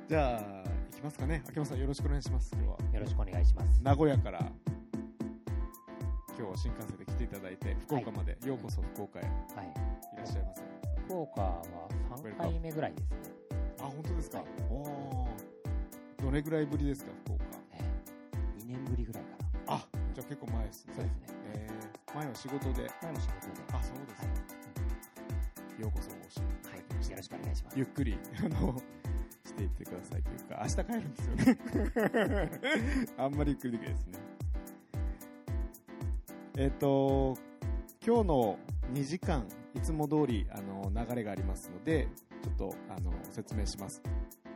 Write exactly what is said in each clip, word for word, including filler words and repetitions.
じゃあ行きますかね。秋元さんよろしくお願いします。今日はよろしくお願いします。 名古屋から今日は新幹線で来ていただいて福岡まで、はい、ようこそ福岡へ、はい、いらっしゃいませ。 福岡はさんかいめぐらいですね。 あ、本当ですか。はい、おー、どれぐらいぶりですか福岡。 えー、にねんぶりぐらいかな。 あ、じゃあ結構前ですね。 そうですね。 えー、前は仕事で。 前も仕事で。 あ、そうですか。はい、ようこそお越しいただきました。 よろしくお願いします。 ゆっくりあのしていってくださいというか、明日帰るんですよねあんまりゆっくりできないですね。えっと今日のにじかんいつも通りあの流れがありますので、ちょっとあの説明します。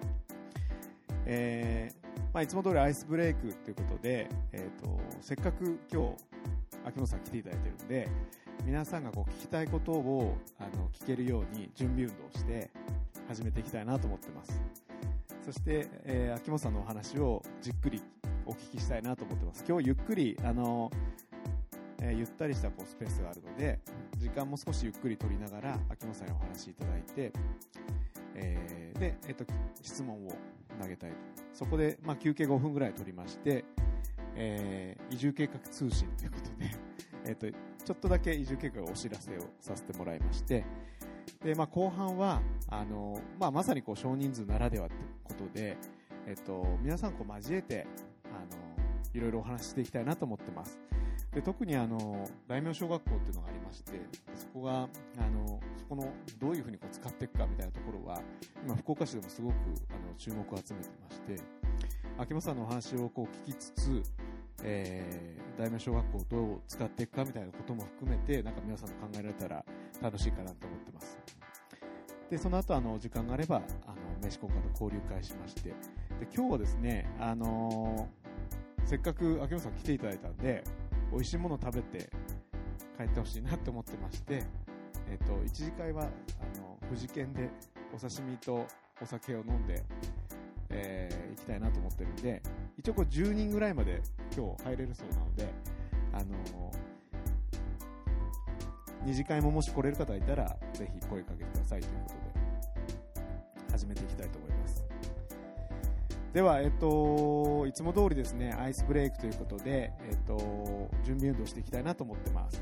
えーまあ、いつも通りアイスブレイクということで、えー、とせっかく今日秋元さん来ていただいているので、皆さんがこう聞きたいことをあの聞けるように準備運動をして始めていきたいなと思ってます。そして、えー、秋元さんのお話をじっくりお聞きしたいなと思ってます。今日ゆっくりあの、えー、ゆったりしたこうスペースがあるので、時間も少しゆっくり取りながら秋元さんにお話しいただいて、えー、で、えー、と質問を投げたいと。そこで、まあ、休憩ごふんぐらい取りまして、えー、移住計画通信ということで、えー、とちょっとだけ移住計画のお知らせをさせてもらいまして、で、まあ、後半はあの、まあ、まさにこう少人数ならではということで、えっと、皆さんこう交えてあのいろいろお話ししていきたいなと思ってます。で、特にあの大名小学校っていうのがありまして、そこがあのそこのどういうふうにこう使っていくかみたいなところは今福岡市でもすごくあの注目を集めてまして、秋元さんのお話をこう聞きつつ、えー、大名小学校をどう使っていくかみたいなことも含めて、なんか皆さんと考えられたら楽しいかなと思ってます。で、その後あの時間があればあの名刺交換の交流会しまして、で今日はですね、あのー、せっかく秋元さん来ていただいたんで、美味しいものを食べて帰ってほしいなと思ってまして、えっと一次会はあの富士見でお刺身とお酒を飲んで、えー、行きたいなと思ってるんで、一応こうじゅうにんぐらいまで今日入れるそうなので、あのー、二次会ももし来れる方がいたらぜひ声かけてくださいということで始めていきたいと思います。では、えっと、いつも通りですね、アイスブレイクということで、えっと、準備運動していきたいなと思ってます。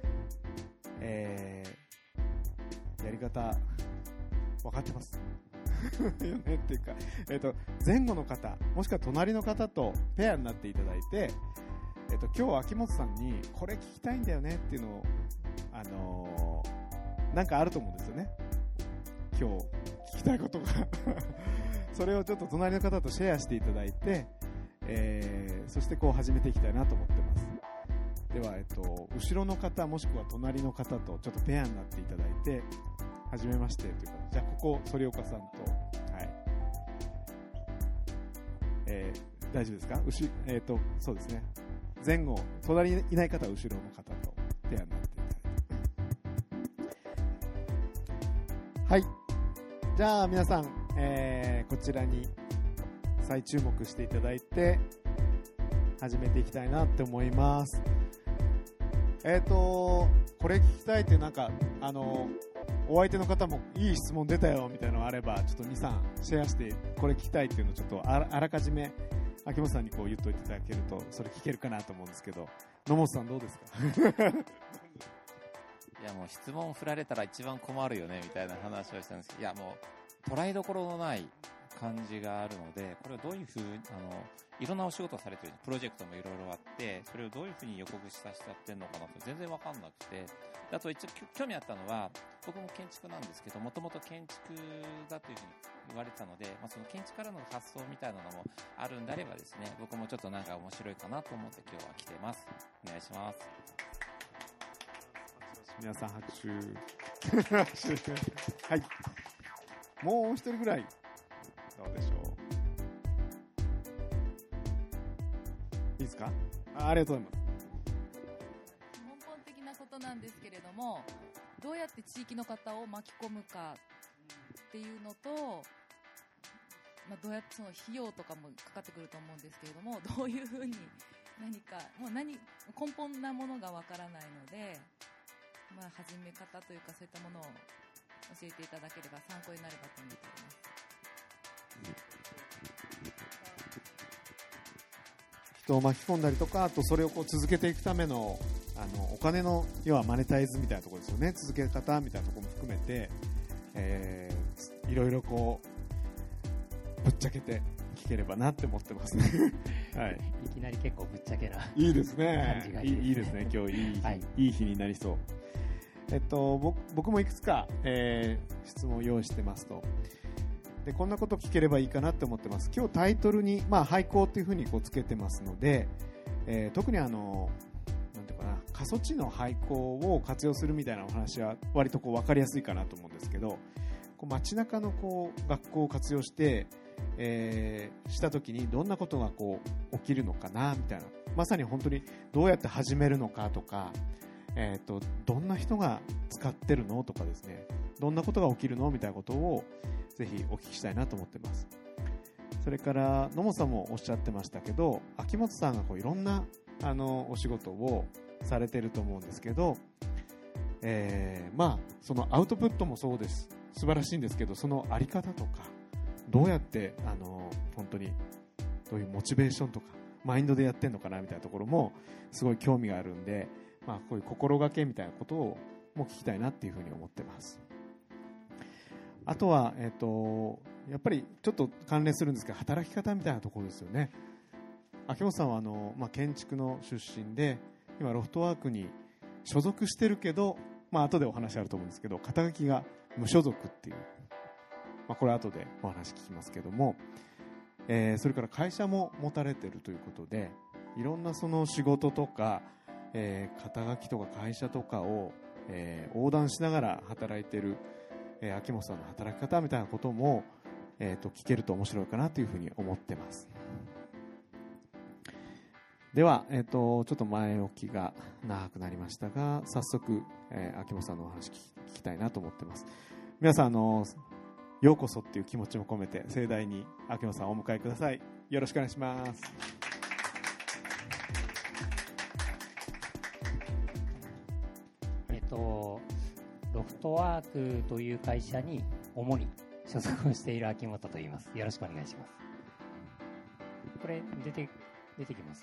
えー、やり方分かってますよねっていうか、えっと、前後の方もしくは隣の方とペアになっていただいて、えっと、今日秋元さんにこれ聞きたいんだよねっていうのを、あのー、なんかあると思うんですよね、今日聞きたいことがそれをちょっと隣の方とシェアしていただいて、えー、そしてこう始めていきたいなと思ってます。では、えっと、後ろの方もしくは隣の方とちょっとペアになっていただいて、はじめましてというか、じゃあここ反岡さんと、はい、えー、大丈夫ですか。うし、えーと、そうですね、前後隣にいない方は後ろの方とペアになっていただいて、はい、じゃあ皆さん、えー、こちらに再注目していただいて始めていきたいなって思います。えーとこれ聞きたいっていう、なんかあのお相手の方もいい質問出たよみたいなのがあれば、ちょっとにさんシェアして、これ聞きたいっていうのをちょっとあ ら, あらかじめ秋元さんにこう言っといていただけるとそれ聞けるかなと思うんですけど、野本さんどうですかいや、もう質問振られたら一番困るよねみたいな話をしたんですけど、いやもう捉えどころのない感じがあるので、これをどういうふうにあのいろんなお仕事をされてるプロジェクトもいろいろあって、それをどういうふうに予告させちゃってるのかなって全然分かんなくて、あと一応興味あったのは、僕も建築なんですけど、もともと建築だというふうに言われてたので、まあ、その建築からの発想みたいなのもあるんであればですね、僕もちょっとなんか面白いかなと思って今日は来てます。お願いします。 皆さん拍手はい、もう一人ぐらいどうでしょう。いいですか。 あ, ありがとうございます。 根本的なことなんですけれども、どうやって地域の方を巻き込むかっていうのと、まあ、どうやってその費用とかもかかってくると思うんですけれども、どういうふうに何かもう何根本なものがわからないので、まあ、始め方というかそういったものを教えていただければ参考になればと思っています。 人を巻き込んだりとか、あとそれをこう続けていくためのあのお金の要はマネタイズみたいなところですよね、続け方みたいなところも含めて、えー、いろいろこうぶっちゃけて聞ければなって思ってますね、はい、 いきなり結構ぶっちゃけないいですね、 感じがいいですね。 いい、いいですね、今日いい、 はい、 いい日になりそう。えっと、僕, 僕もいくつか、えー、質問を用意してますと、でこんなこと聞ければいいかなって思ってます。今日タイトルに、まあ、廃校というふうにこうつけてますので、えー、特にあのなんていうかな、過疎地の廃校を活用するみたいなお話は割とこう分かりやすいかなと思うんですけど、こう街中のこう学校を活用して、えー、した時にどんなことがこう起きるのかなみたいな、まさに本当にどうやって始めるのかとか、えーと、どんな人が使ってるのとかですね、どんなことが起きるのみたいなことをぜひお聞きしたいなと思ってます。それから野本さんもおっしゃってましたけど、秋元さんがこういろんなあのお仕事をされてると思うんですけど、えー、まあそのアウトプットもそうです、素晴らしいんですけど、そのあり方とかどうやってあの本当にどういうモチベーションとかマインドでやってるのかなみたいなところもすごい興味があるんで、まあ、こういう心がけみたいなことをも聞きたいなっていうふうに思ってます。あとは、えーと、やっぱりちょっと関連するんですけど、働き方みたいなところですよね。秋元さんはあの、まあ、建築の出身で今ロフトワークに所属してるけど、まあ後でお話あると思うんですけど、肩書きが無所属っていう、まあ、これ後でお話聞きますけども、えー、それから会社も持たれているということで、いろんなその仕事とか、えー、肩書きとか会社とかを、えー、横断しながら働いている、えー、秋元さんの働き方みたいなことも、えー、と聞けると面白いかなというふうに思ってます。では、えー、とちょっと前置きが長くなりましたが、早速、えー、秋元さんのお話聞き、聞きたいなと思ってます。皆さん、あのようこそっていう気持ちも込めて盛大に秋元さんをお迎えください。よろしくお願いします。 えっとロフトワークという会社に主に所属をしている秋元と言います。よろしくお願いします。これ出て出てきます？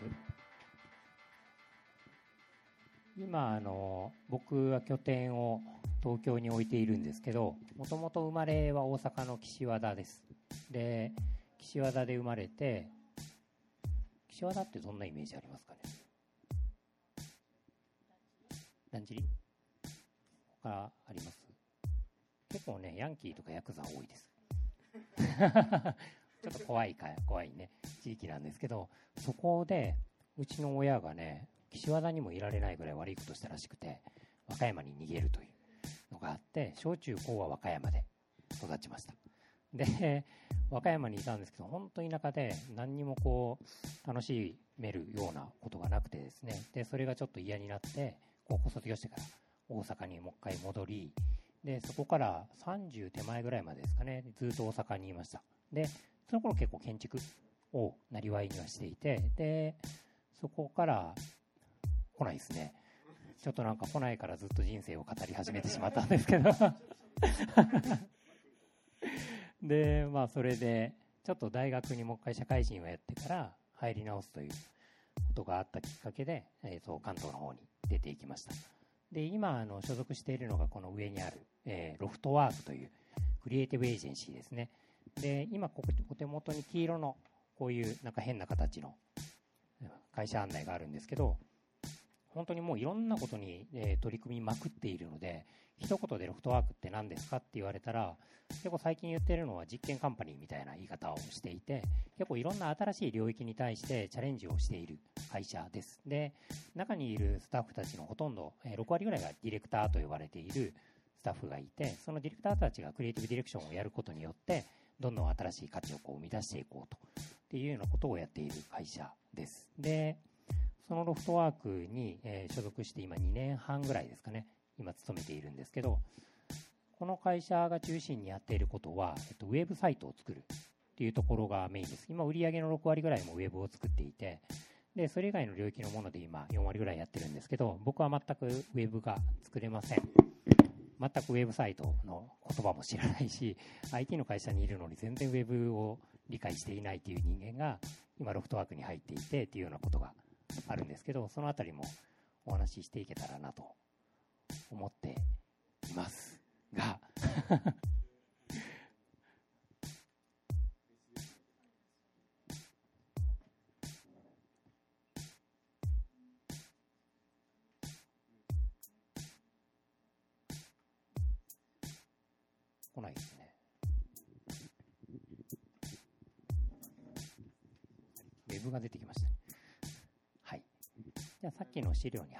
今あの僕は拠点を東京に置いているんですけど、もともと生まれは大阪の岸和田です。で、岸和田で生まれて、岸和田ってどんなイメージありますかね？だんじり？他あります？結構ね、ヤンキーとかヤクザ多いです。ちょっと怖いか、怖いね、地域なんですけど、そこでうちの親がね、岸和田にもいられないぐらい悪いことしたらしくて、和歌山に逃げるというのがあって、小中高は和歌山で育ちました。で、和歌山にいたんですけど、本当に田舎で何にもこう楽しめるようなことがなくてですね、でそれがちょっと嫌になって高校卒業してから大阪にもう一回戻り、でそこからさんじゅう手前ぐらいまでですかね、ずっと大阪にいました。でその頃結構建築をなりわいにはしていて、でそこから来ないですね。ちょっとなんか来ないからずっと人生を語り始めてしまったんですけどでまあそれでちょっと大学にもう一回社会人をやってから入り直すということがあったきっかけで、えー、と関東の方に出ていきました。で今あの所属しているのがこの上にある、えー、ロフトワークというクリエイティブエージェンシーですね。で今ここお手元に黄色のこういうなんか変な形の会社案内があるんですけど、本当にもういろんなことに、えー、取り組みまくっているので、一言でロフトワークって何ですかって言われたら、結構最近言ってるのは実験カンパニーみたいな言い方をしていて、結構いろんな新しい領域に対してチャレンジをしている会社です。で中にいるスタッフたちのほとんど、えー、ろく割ぐらいがディレクターと呼ばれているスタッフがいて、そのディレクターたちがクリエイティブディレクションをやることによってどんどん新しい価値をこう生み出していこうとっていうようなことをやっている会社です。でそのロフトワークに、えー、所属して今にねんはんぐらいですかね、今勤めているんですけど、この会社が中心にやっていることは、えっと、ウェブサイトを作るっていうところがメインです。今売上のろく割ぐらいもウェブを作っていて、でそれ以外の領域のもので今よん割ぐらいやってるんですけど、僕は全くウェブが作れません。全くウェブサイトの言葉も知らないし、 アイティー の会社にいるのに全然ウェブを理解していないという人間が今ロフトワークに入っていてっていうようなことがあるんですけど、そのあたりもお話ししていけたらなと思っていますが来ないですね。ウェブが出てきましたね。はい。じゃあさっきの資料に、はい。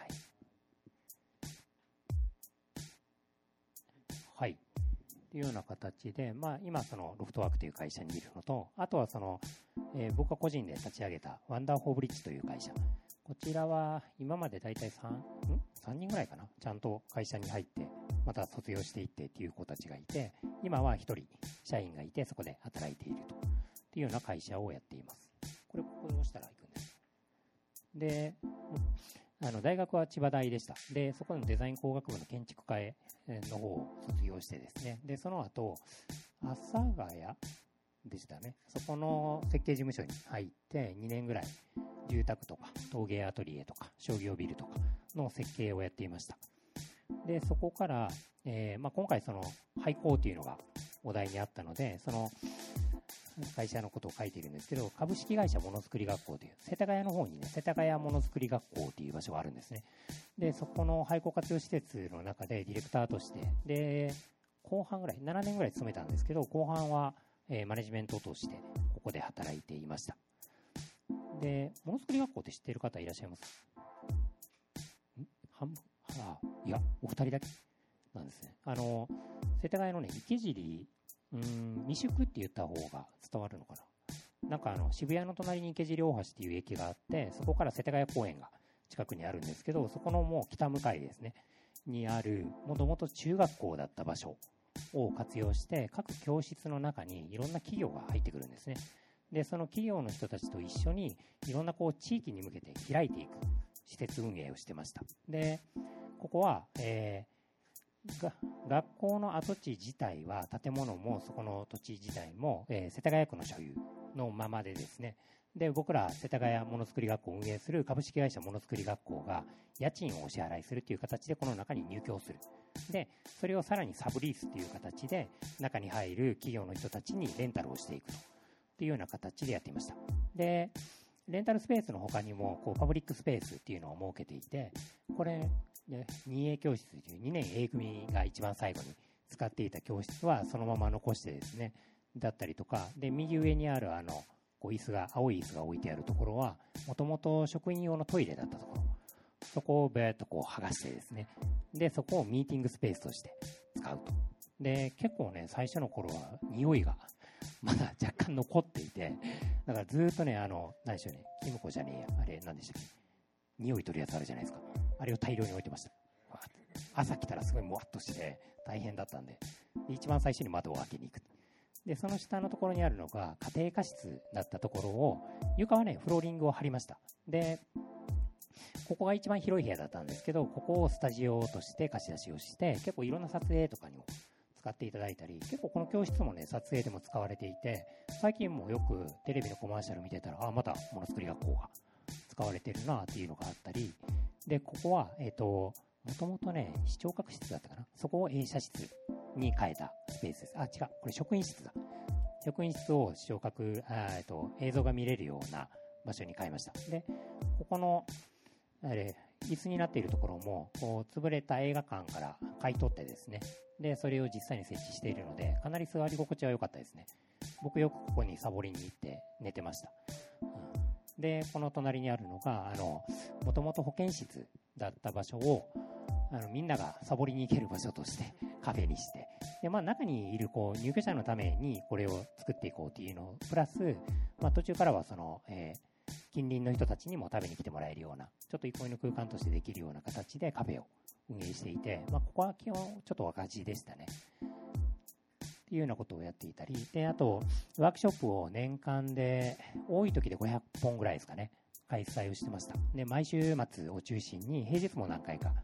はい。というような形で、まあ今そのロフトワークという会社にいるのと、あとはその、えー、僕が個人で立ち上げたワンダーフォーブリッジという会社。こちらは今までだいたいさん、ん ?さん 人ぐらいかな、ちゃんと会社に入って、また卒業していってっていう子たちがいて、今は一人社員がいてそこで働いているとっていうような会社をやっています。これここに押したら行くんです。で、あの大学は千葉大でした。で、そこのデザイン工学部の建築科の方を卒業してですね、でその後阿佐ヶ谷でしたね。そこの設計事務所に入ってにねんぐらい住宅とか陶芸アトリエとか商業ビルとかの設計をやっていました。でそこから、えーまあ、今回その廃校というのがお題にあったので、その会社のことを書いているんですけど、株式会社ものづくり学校という世田谷の方にね、世田谷ものづくり学校という場所があるんですね。でそこの廃校活用施設の中でディレクターとして、で後半ぐらいななねんぐらい勤めたんですけど、後半は、えー、マネジメントを通してここで働いていました。でものづくり学校って知っている方いらっしゃいます？ん半分あいやお二人だけなんですね。あの世田谷のね池尻、うーん未宿って言った方が伝わるのかな。なんかあの渋谷の隣に池尻大橋っていう駅があって、そこから世田谷公園が近くにあるんですけど、そこのもう北向かいですねにあるもともと中学校だった場所を活用して、各教室の中にいろんな企業が入ってくるんですね。でその企業の人たちと一緒にいろんなこう地域に向けて開いていく施設運営をしてました。でここは、えー、が学校の跡地自体は建物もそこの土地自体も、えー、世田谷区の所有のままでですね、で僕ら世田谷ものづくり学校を運営する株式会社ものづくり学校が家賃をお支払いするという形でこの中に入居をする。でそれをさらにサブリースという形で中に入る企業の人たちにレンタルをしていくとっていうような形でやっていました。でレンタルスペースの他にもこうパブリックスペースっていうのを設けていて、これにエー教室というにねん A 組が一番最後に使っていた教室はそのまま残してですね、だったりとかで、右上にあるあのこう椅子が青い椅子が置いてあるところはもともと職員用のトイレだったところ、そこをベーッとこう剥がしてですね、でそこをミーティングスペースとして使うと。で結構ね最初の頃は匂いがまだ若干残っていて、だからずっとねあの何でしょうね、キムコじゃねえやあれ何でしたっけ、匂い取るやつあるじゃないですか、あれを大量に置いてました。朝来たらすごいもわっとして大変だったんで、で一番最初に窓を開けに行く。でその下のところにあるのが家庭科室だったところを、床はねフローリングを張りました。でここが一番広い部屋だったんですけど、ここをスタジオとして貸し出しをして、結構いろんな撮影とかにも使っていただいたり、結構この教室もね撮影でも使われていて、最近もよくテレビのコマーシャル見てたら、あまたものづくり学校が使われてるなっていうのがあったり、でここはえっともともとね視聴覚室だったかな、そこを映写室に変えたスペースです。あ違う、これ職員室だ。職員室を視聴覚あ、えっと、映像が見れるような場所に変えました。でここのあれ椅子になっているところもこう潰れた映画館から買い取ってですね、でそれを実際に設置しているので、かなり座り心地は良かったですね。僕よくここにサボりに行って寝てました。うん、でこの隣にあるのがあのもともと保健室だった場所をあのみんながサボりに行ける場所としてカフェにして、で、まあ、中にいるこう入居者のためにこれを作っていこうというのプラス、まあ、途中からはその、えー近隣の人たちにも食べに来てもらえるようなちょっと憩いの空間としてできるような形でカフェを運営していて、まあ、ここは基本ちょっと赤字でしたねっていうようなことをやっていたり、であとワークショップを年間で多い時でごひゃっぽんぐらいですかね開催をしてました。で毎週末を中心に平日も何回か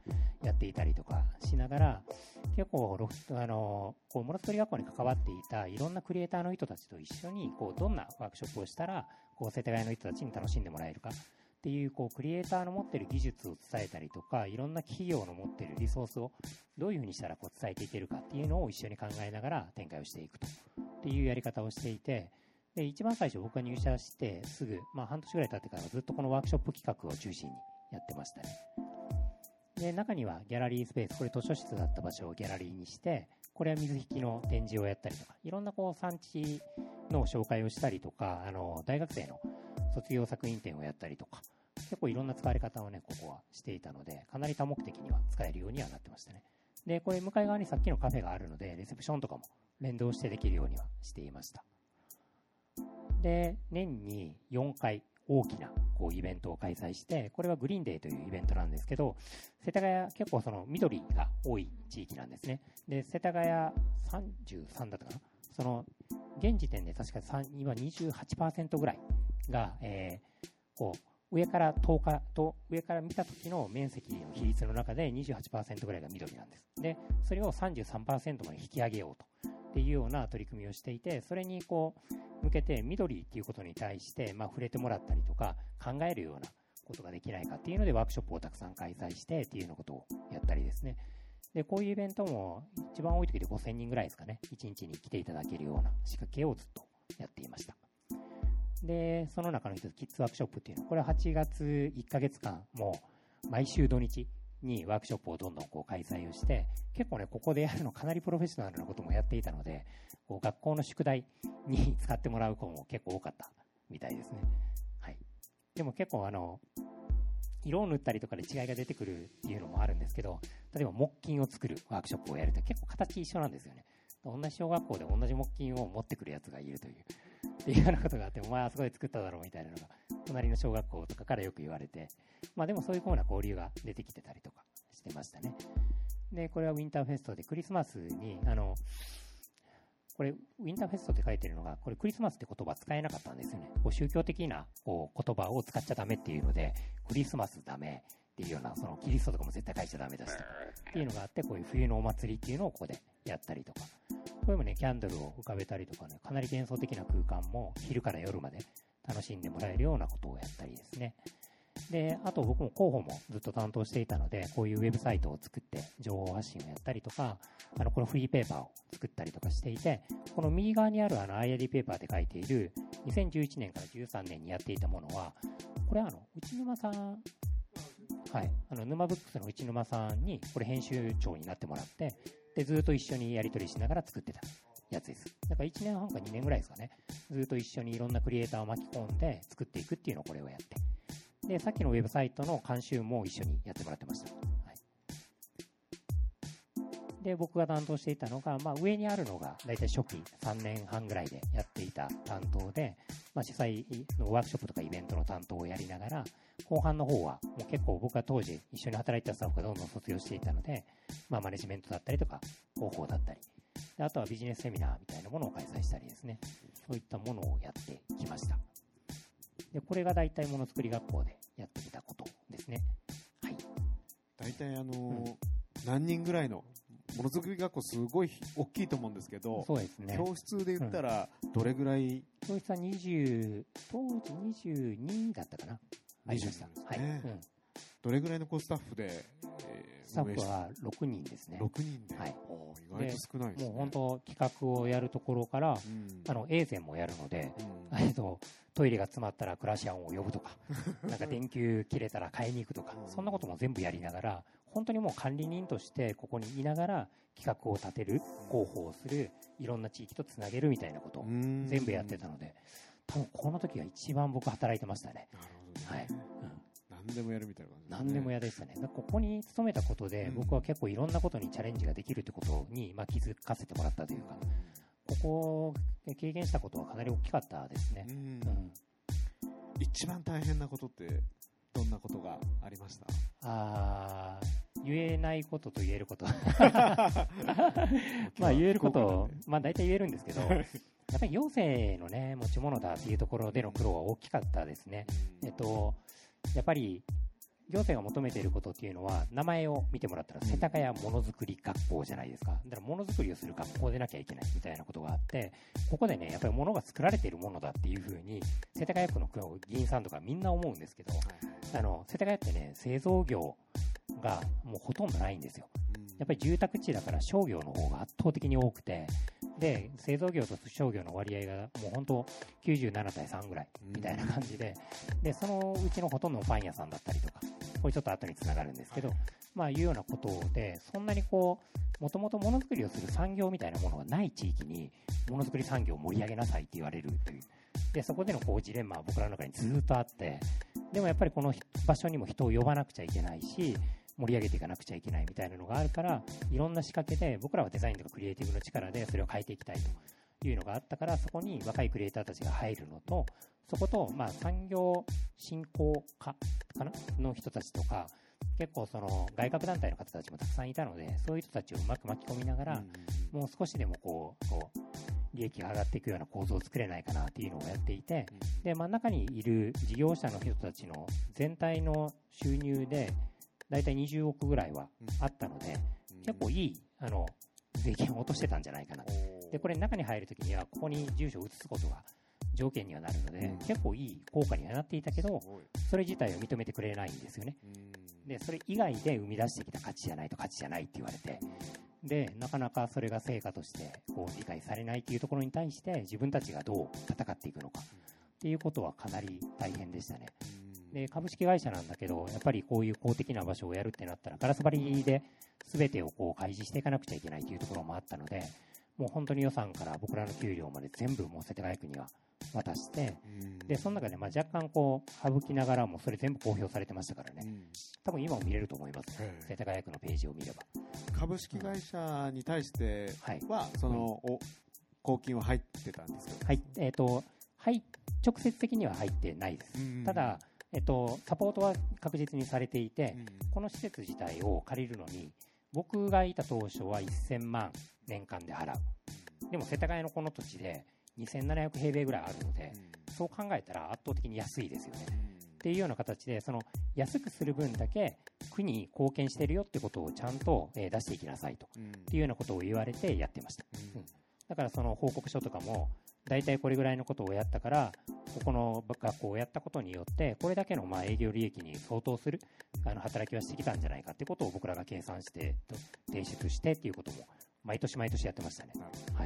やっていたりとかしながら、結構ロフト、あの、こう、ものづくり学校に関わっていたいろんなクリエイターの人たちと一緒に、こう、どんなワークショップをしたら、こう、世田谷の人たちに楽しんでもらえるかっていう、こう、クリエイターの持ってる技術を伝えたりとか、いろんな企業の持ってるリソースをどういうふうにしたらこう伝えていけるかっていうのを一緒に考えながら展開をしていくとっていうやり方をしていて、で、一番最初僕が入社してすぐ、まあ半年ぐらい経ってからずっとこのワークショップ企画を中心にやってましたね。で、中にはギャラリースペース、これ図書室だった場所をギャラリーにして、これは水引きの展示をやったりとか、いろんなこう産地の紹介をしたりとか、あの、大学生の卒業作品展をやったりとか、結構いろんな使われ方をね、ここはしていたので、かなり多目的には使えるようにはなってましたね。で、これ向かい側にさっきのカフェがあるので、レセプションとかも連動してできるようにはしていました。で、年によんかい大きなこうイベントを開催して、これはグリーンデーというイベントなんですけど、世田谷結構その緑が多い地域なんですね。で、世田谷さんじゅうさんだったかな、その現時点で確か今 にじゅうはちパーセント ぐらいが、えー、こう上からとおかと上から見た時の面積の比率の中で にじゅうはちパーセント ぐらいが緑なんです。で、それを さんじゅうさんパーセント まで引き上げようとっていうような取り組みをしていて、それにこう向けて緑っていうことに対してまあ触れてもらったりとか考えるようなことができないかっていうのでワークショップをたくさん開催してっていうようなことをやったりですね。で、こういうイベントも一番多い時でごせんにんぐらいですかね、いちにちに来ていただけるような仕掛けをずっとやっていました。で、その中の一つ、キッズワークショップっていうのは、これははちがついっかげつかん、もう毎週土日にワークショップをどんどんこう開催をして、結構ね、ここでやるのかなりプロフェッショナルなこともやっていたので、こう学校の宿題に使ってもらう子も結構多かったみたいですね。はい。でも結構あの、色を塗ったりとかで違いが出てくるっていうのもあるんですけど、例えば木琴を作るワークショップをやると結構形一緒なんですよね。同じ小学校で同じ木琴を持ってくるやつがいるという。っていうようなことがあって、お前はすごい作っただろうみたいなのが、隣の小学校とかからよく言われて、まあでもそういう風な交流が出てきてたりとかしてましたね。で、これはウィンターフェストでクリスマスに、あの、これ、ウィンターフェストって書いてるのが、これクリスマスって言葉使えなかったんですよね。こう宗教的なこう言葉を使っちゃダメっていうので、クリスマスダメっていうような、そのキリストとかも絶対書いちゃダメだしとかっていうのがあって、こういう冬のお祭りっていうのをここでやったりとか、これもね、キャンドルを浮かべたりとかね、かなり幻想的な空間も昼から夜まで楽しんでもらえるようなことをやったりですね。で、あと僕も広報もずっと担当していたので、こういうウェブサイトを作って情報発信をやったりとか、あの、このフリーペーパーを作ったりとかしていて、この右側にあるあの アイアイディー ペーパーで書いているにせんじゅういちねんからじゅうさんねんにやっていたものは、これはあの、内沼さん、はい、あの、沼ブックスの内沼さんにこれ編集長になってもらって、で、ずっと一緒にやり取りしながら作ってたやつです。だからいちねんはんかにねんぐらいですかね。ずっと一緒にいろんなクリエイターを巻き込んで作っていくっていうのをこれをやって。で、さっきのウェブサイトの監修も一緒にやってもらってました。はい、で、僕が担当していたのが、まあ上にあるのがだいたい初期さんねんはんぐらいでやっていた担当で、まあ主催のワークショップとかイベントの担当をやりながら、後半の方はもう結構僕は当時一緒に働いてたスタッフがどんどん卒業していたので、まあマネジメントだったりとか広報だったり、であとはビジネスセミナーみたいなものを開催したりですね、そういったものをやってきました。で、これが大体ものづくり学校でやってきたことですね。はい。 大体あのーうん、何人ぐらいのものづくり学校すごい大きいと思うんですけど、 そうですね。 教室で言ったらどれぐらい、うん、 教室はにじゅう、当時にじゅうにだったかな。ありました。はい。うん。 どれぐらいのこうスタッフで、 えー、スタッフはろくにんですね。 ろくにんで。はい。意外と少ないですね。 もう本当企画をやるところから、うん、あの、エーゼンもやるので、うん、えっと、トイレが詰まったらクラシアンを呼ぶとか、なんか電球切れたら買いに行くとか、そんなことも全部やりながら、本当にもう管理人としてここにいながら企画を立てる、広報をする、いろんな地域とつなげるみたいなことを全部やってたので、多分この時が一番僕働いてましたね。 なるほどね。 はい。うん、 何でもやるみたいな感じ、 ね、何でもやでしたね。だここに勤めたことで、僕は結構いろんなことにチャレンジができるってことに、まあ、気づかせてもらったというか、ここを経験したことはかなり大きかったですね。うんうん、 一番大変なことってどんなことがありました？ あー、言えないことと言えること。まあ言えること、まあ大体言えるんですけど、やっぱり行政のね、持ち物だっていうところでの苦労は大きかったですね。えっと、やっぱり行政が求めていることっていうのは、名前を見てもらったら世田谷ものづくり学校じゃないですか。だからものづくりをする学校でなきゃいけないみたいなことがあって、ここでねやっぱり物が作られているものだっていうふうに世田谷区の議員さんとかみんな思うんですけど、あの世田谷ってね製造業がもうほとんどないんですよ。やっぱり住宅地だから商業の方が圧倒的に多くて、で製造業と商業の割合がもう本当きゅうじゅうななたいさんぐらいみたいな感じで、でそのうちのほとんどのパン屋さんだったりとか、これちょっと後につながるんですけど、まあいうようなことで、そんなにこうもともとものづくりをする産業みたいなものがない地域にものづくり産業を盛り上げなさいって言われるという、でそこでのこうジレンマは僕らの中にずっとあって、でもやっぱりこの場所にも人を呼ばなくちゃいけないし、盛り上げていかなくちゃいけないみたいなのがあるから、いろんな仕掛けで僕らはデザインとかクリエイティブの力でそれを変えていきたいというのがあったから、そこに若いクリエイターたちが入るのと、そことまあ産業振興課かなの人たちとか、結構その外郭団体の方たちもたくさんいたので、そういう人たちをうまく巻き込みながら、もう少しでもこうこう利益が上がっていくような構造を作れないかなっていうのをやっていて、で真ん中にいる事業者の人たちの全体の収入でだいたいにじゅうおくぐらいはあったので、結構いいあの税金を落としてたんじゃないかな。でこれ中に入るときにはここに住所を移すことが条件にはなるので、うん、結構いい効果にはなっていたけど、それ自体を認めてくれないんですよね。でそれ以外で生み出してきた価値じゃないと価値じゃないって言われて、でなかなかそれが成果としてこう理解されないっていうところに対して、自分たちがどう戦っていくのかっていうことはかなり大変でしたね。で株式会社なんだけど、やっぱりこういう公的な場所をやるってなったらガラス張りで全てをこう開示していかなくちゃいけないというところもあったので、もう本当に予算から僕らの給料まで全部もう世田谷区には渡して、でその中でまあ若干こう省きながらもそれ全部公表されてましたからね、多分今も見れると思います、世田谷区のページを見れば。 株式会社に対しては、はい、その、うん、公金は入ってたんですか？ はい、えーとはい、直接的には入ってないです、うんうん、ただえっと、サポートは確実にされていて、うん、この施設自体を借りるのに僕がいた当初はせんまん年間で払う。でも世田谷のこの土地でにせんななひゃくへいべいぐらいあるので、うん、そう考えたら圧倒的に安いですよね、うん、っていうような形で、その安くする分だけ区に貢献してるよってことをちゃんと出していきなさいと、うん、っていうようなことを言われてやってました、うんうん、だからその報告書とかもだいたいこれぐらいのことをやったから、ここの学校をやったことによってこれだけのまあ営業利益に相当するあの働きはしてきたんじゃないかってことを僕らが計算して提出してっていうことも毎年毎年やってましたね。はい、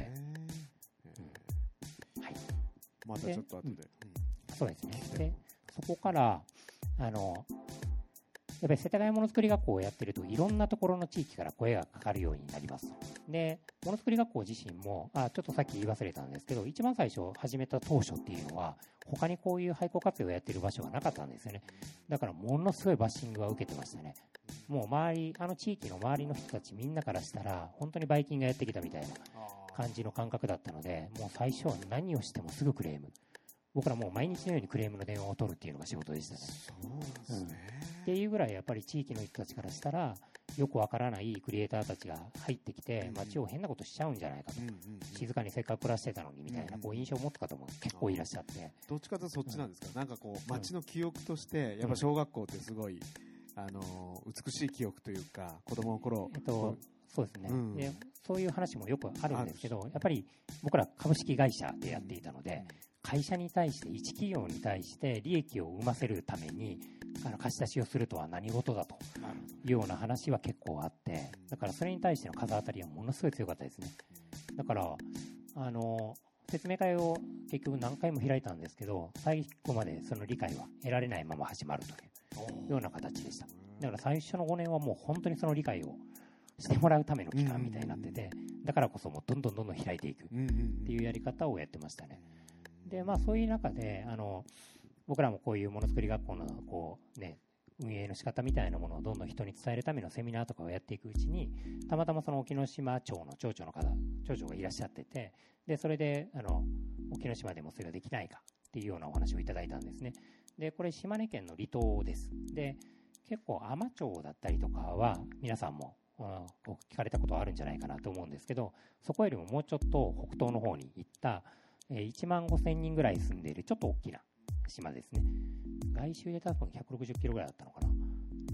うん、はい、またちょっと後で、で、 うん、そうですね。でそこからあのやっぱり世田谷ものづくり学校をやってるといろんなところの地域から声がかかるようになります。でものづくり学校自身もあちょっとさっき言い忘れたんですけど、一番最初始めた当初っていうのは他にこういう廃校活用をやってる場所がなかったんですよね。だからものすごいバッシングは受けてましたね。もう周りあの地域の周りの人たちみんなからしたら本当にバイキンがやってきたみたいな感じの感覚だったので、もう最初は何をしてもすぐクレーム、僕らもう毎日のようにクレームの電話を取るっていうのが仕事でしたね。 そうですね、 うん、っていうぐらいやっぱり地域の人たちからしたらよくわからないクリエイターたちが入ってきて街を変なことしちゃうんじゃないかと、うんうんうん、静かにせっかく暮らしてたのにみたいなこう印象を持つ方も結構いらっしゃって、 どっちかというとそっちなんですか、うん、なんかこう街の記憶としてやっぱ小学校ってすごい、あの美しい記憶というか子供の頃、 えっとそうですね、うん、でそういう話もよくあるんですけど、やっぱり僕ら株式会社でやっていたので、会社に対して一企業に対して利益を生ませるためにあの貸し出しをするとは何事だというような話は結構あって、だからそれに対しての風当たりはものすごい強かったですね。だからあの説明会を結局何回も開いたんですけど、最後までその理解は得られないまま始まるというような形でした。だから最初のごねんはもう本当にその理解をしてもらうための期間みたいになってて、だからこそもうどんどんどんどん開いていくっていうやり方をやってましたね。でまあ、そういう中であの僕らもこういうものづくり学校のこう、ね、運営の仕方みたいなものをどんどん人に伝えるためのセミナーとかをやっていくうちに、たまたまその沖ノ島町の町長の方町長がいらっしゃってて、でそれであの沖ノ島でもそれができないかっていうようなお話をいただいたんですね。でこれ島根県の離島です。で結構海士町だったりとかは皆さんも聞かれたことはあるんじゃないかなと思うんですけど、そこよりももうちょっと北東の方に行ったいちまんごせんにんぐらい住んでいるちょっと大きな島ですね。外周で多分ひゃくろくじゅっキロぐらいだったのかな。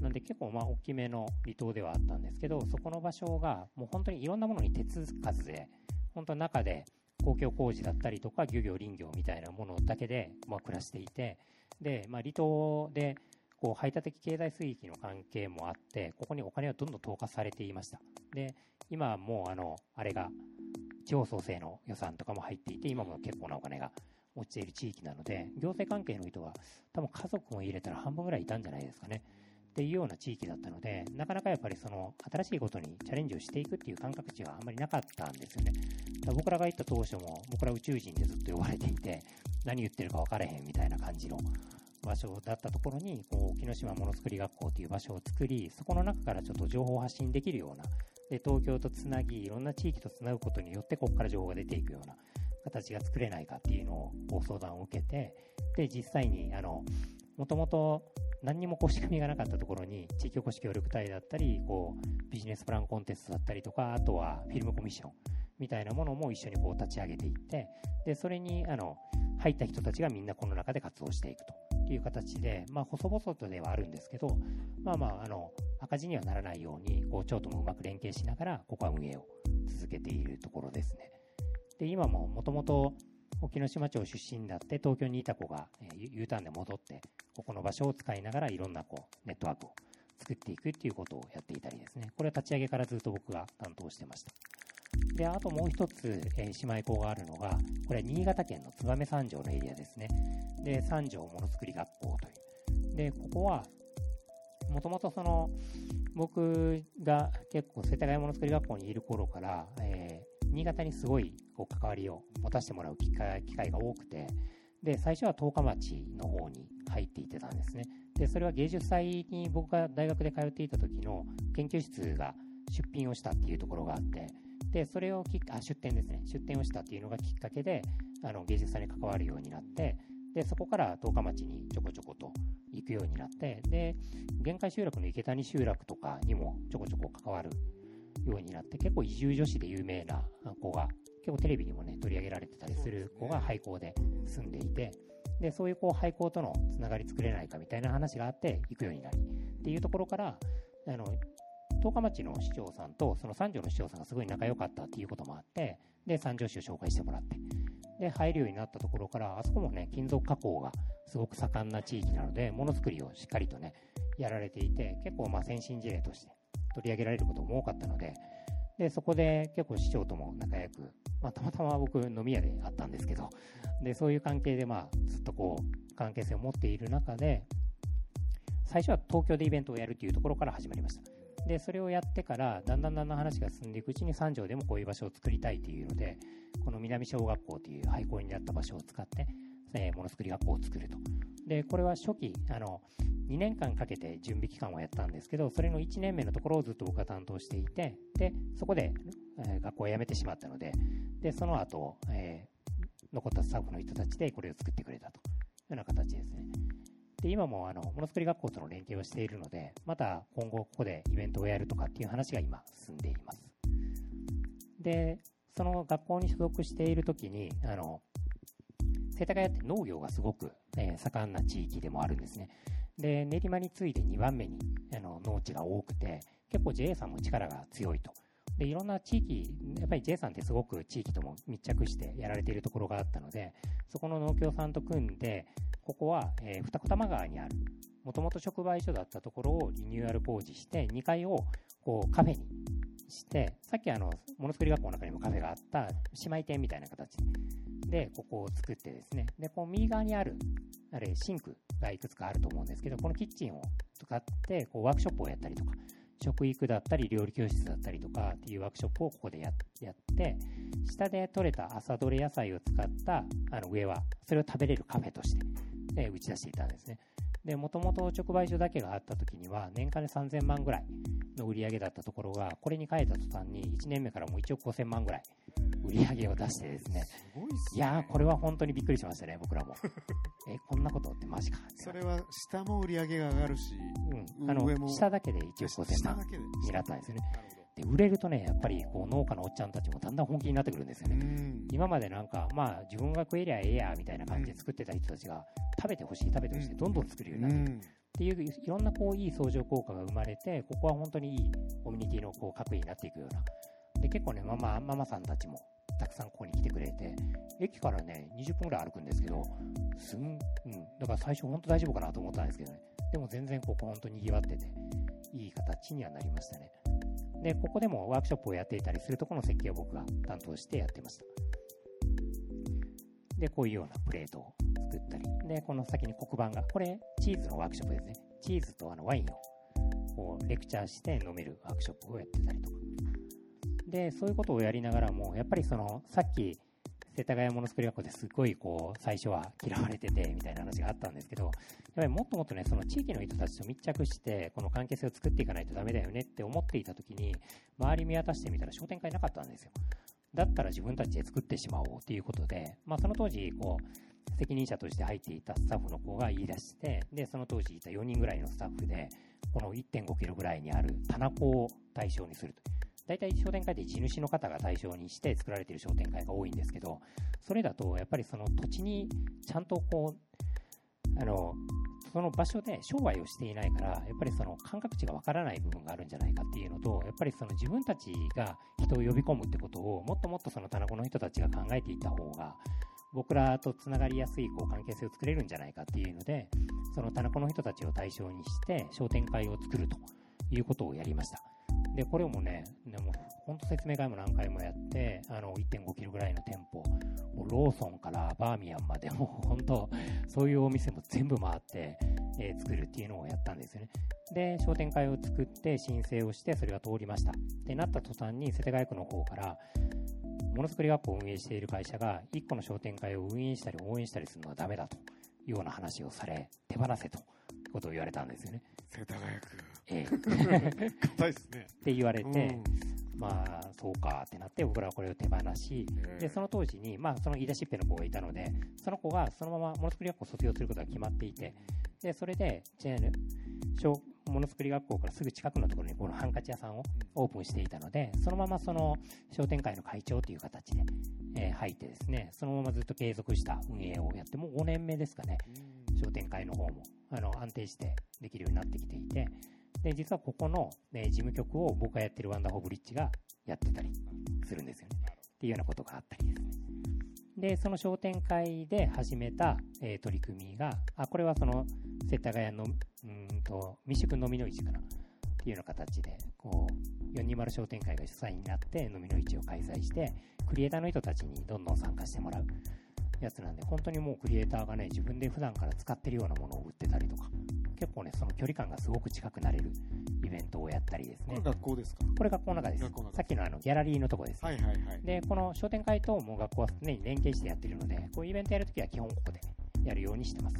なんで結構まあ大きめの離島ではあったんですけど、そこの場所がもう本当にいろんなものに手つかずで、本当中で公共工事だったりとか漁業林業みたいなものだけでまあ暮らしていて、で、まあ、離島でこう排他的経済水域の関係もあって、ここにお金はどんどん投下されていました。で、今はもうあのあれが地方創生の予算とかも入っていて、今も結構なお金が落ちている地域なので、行政関係の人は多分家族も入れたら半分ぐらいいたんじゃないですかねっていうような地域だったので、なかなかやっぱりその新しいことにチャレンジをしていくっていう感覚値はあんまりなかったんですよね。だから僕らが行った当初も僕ら宇宙人でずっと呼ばれていて、何言ってるか分からへんみたいな感じの場所だったところに、こう沖ノ島ものづくり学校という場所を作り、そこの中からちょっと情報を発信できるような、で東京とつなぎ、いろんな地域とつなぐことによってここから情報が出ていくような形が作れないかっていうのをご相談を受けて、で実際にあのもともと何にもこう仕組みがなかったところに地域おこし協力隊だったり、こうビジネスプランコンテストだったりとか、あとはフィルムコミッションみたいなものも一緒にこう立ち上げていって、でそれにあの入った人たちがみんなこの中で活動していくという形で、まあ細々とではあるんですけど、まあまああの赤字にはならないようにこう町ともうまく連携しながらここは運営を続けているところですね。で今ももともと沖ノ島町出身だって東京にいた子が、えー、U ターンで戻ってここの場所を使いながらいろんなこうネットワークを作っていくっていうことをやっていたりですね、これは立ち上げからずっと僕が担当してました。であともう一つ、えー、姉妹校があるのが、これは新潟県の燕三条のエリアですね。で三条ものづくり学校という、でここはもともとその僕が結構世田谷ものづくり学校にいる頃から、えー新潟にすごいこう関わりを持たせてもらう機会、機会が多くて、で最初は十日町の方に入っていってたんですね。でそれは芸術祭に僕が大学で通っていた時の研究室が出品をしたっていうところがあって、でそれをきあ出展ですね出展をしたっていうのがきっかけであの芸術祭に関わるようになって、でそこから十日町にちょこちょこと行くようになって、で限界集落の池谷集落とかにもちょこちょこ関わるようになって、結構移住女子で有名な子が結構テレビにもね取り上げられてたりする子が廃校で住んでいて、でそういうこう廃校とのつながり作れないかみたいな話があって行くようになりっていうところから、あの十日町の市長さんとその三条の市長さんがすごい仲良かったっていうこともあって、で三条市を紹介してもらって、で入るようになったところから、あそこもね金属加工がすごく盛んな地域なのでものづくりをしっかりとねやられていて、結構まあ先進事例として取り上げられることも多かったので、でそこで結構市長とも仲良く、まあ、たまたま僕飲み屋で会ったんですけど、でそういう関係でまあずっとこう関係性を持っている中で、最初は東京でイベントをやるというところから始まりました。でそれをやってからだんだんだんだん話が進んでいくうちに三条でもこういう場所を作りたいというので、この南小学校という廃校になった場所を使って、えー、ものづくり学校を作ると。でこれは初期あのにねんかんかけて準備期間をやったんですけど、それのいちねんめのところをずっと僕が担当していて、でそこで、えー、学校を辞めてしまったので、でその後、えー、残ったスタッフの人たちでこれを作ってくれたというような形ですね。で今もあのものづくり学校との連携をしているので、また今後ここでイベントをやるとかっていう話が今進んでいます。でその学校に所属しているときに、あの世田谷って農業がすごく、えー、盛んな地域でもあるんですね。で練馬に次いでにばんめにあの農地が多くて、結構 ジェイ さんも力が強いと。でいろんな地域、やっぱり ジェイ さんってすごく地域とも密着してやられているところがあったので、そこの農協さんと組んで、ここは、えー、二子玉川にあるもともと直売所だったところをリニューアル工事して、にかいをこうカフェにして、さっきあのものづくり学校の中にもカフェがあった姉妹店みたいな形でここを作ってですね、でこう右側にあるあれシンクがいくつかあると思うんですけど、このキッチンを使ってこうワークショップをやったりとか、食育だったり料理教室だったりとかっていうワークショップをここで や, やって、下で採れた朝採れ野菜を使ったあの上はそれを食べれるカフェとして、えー、打ち出していたんですね。でもともと直売所だけがあった時には年間でさんぜんまんぐらいの売り上げだったところが、これに変えた途端にいちねんめからもういちおくごせんまんぐらい売り上げを出してですね、 すごいっすね。 いやーこれは本当にびっくりしましたね、僕らもえこんなことってマジかって。 それは下も売り上げが上がるし、 うん、あの上も下だけでいちおくごせんまんになったんですよね。で売れるとね、やっぱりこう農家のおっちゃんたちもだんだん本気になってくるんですよね。うん、今までなんかまあ自分が食えりゃええやみたいな感じで作ってた人たちが、食べてほしい食べてほしいどんどん作るようになっていく、うん、 っていういろんなこういい相乗効果が生まれて、ここは本当にいいコミュニティのこう核になっていくような。で結構ねママママさんたちもたくさんここに来てくれて、駅からねにじゅっぷんぐらい歩くんですけど、すん、うん、だから最初本当大丈夫かなと思ったんですけどね、でも全然ここ本当に賑わってていい形にはなりましたね。でここでもワークショップをやっていたりするところの設計を僕が担当してやってました。でこういうようなプレートを作ったり、でこの先に黒板が、これチーズのワークショップですね。チーズとあのワインをこうレクチャーして飲めるワークショップをやってたりとかで、そういうことをやりながらもやっぱりそのさっき世田谷ものづくり学校ですごいこう最初は嫌われててみたいな話があったんですけど、やっぱりもっともっとねその地域の人たちと密着してこの関係性を作っていかないとダメだよねって思っていた時に、周り見渡してみたら商店会なかったんですよ。だったら自分たちで作ってしまおうということで、まあ、その当時こう責任者として入っていたスタッフの子が言い出して、でその当時いたよにんぐらいのスタッフでこの いってんごキロぐらいにある棚子を対象にすると。大体商店会で地主の方が対象にして作られている商店会が多いんですけど、それだとやっぱりその土地にちゃんとこうあのその場所で商売をしていないから、やっぱりその感覚値がわからない部分があるんじゃないかっていうのと、やっぱりその自分たちが人を呼び込むってことをもっともっとその棚子の人たちが考えていった方が僕らとつながりやすいこう関係性を作れるんじゃないかっていうので、その棚子の人たちを対象にして商店会を作るということをやりました。でこれもね、でも本当説明会も何回もやって、あの いってんごキロぐらいの店舗、もうローソンからバーミヤンまでもう本当そういうお店も全部回って、えー、作るっていうのをやったんですよね。で商店会を作って申請をしてそれが通りましたってなった途端に、世田谷区の方からものづくり学校を運営している会社がいっこの商店会を運営したり応援したりするのはダメだというような話をされ、手放せということを言われたんですよね。 世田谷区ええ硬いですねって言われて、 うん、 まあそうかってなって僕らはこれを手放し、でその当時にまあその言い出しっぺの子がいたので、その子がそのままものづくり学校を卒業することが決まっていて、でそれで小ものづくり学校からすぐ近くのところにこのハンカチ屋さんをオープンしていたので、そのままその商店会の会長という形で、えー、入ってですね、そのままずっと継続した運営をやって、もうごねんめですかね、商店会の方もあの安定してできるようになってきていて、で実はここの、ね、事務局を僕がやってるワンダホーブリッジがやってたりするんですよねっていうようなことがあったりですね。でその商店会で始めた、えー、取り組みが、あこれはその世田谷のうんと未宿飲みの市かなっていうような形で、こうよんにまる商店会が主催になって飲みの市を開催して、クリエイターの人たちにどんどん参加してもらうやつなんで、本当にもうクリエイターがね自分で普段から使ってるようなものを売ってたりとか、結構ねその距離感がすごく近くなれるイベントをやったりですね。 これ学校ですか？ これ学校の中です。さっきのあのギャラリーのとこです、 はいはいはい。 でこの商店会とも学校は常に連携してやってるので、こういうイベントやるときは基本ここでやるようにしてます、うん、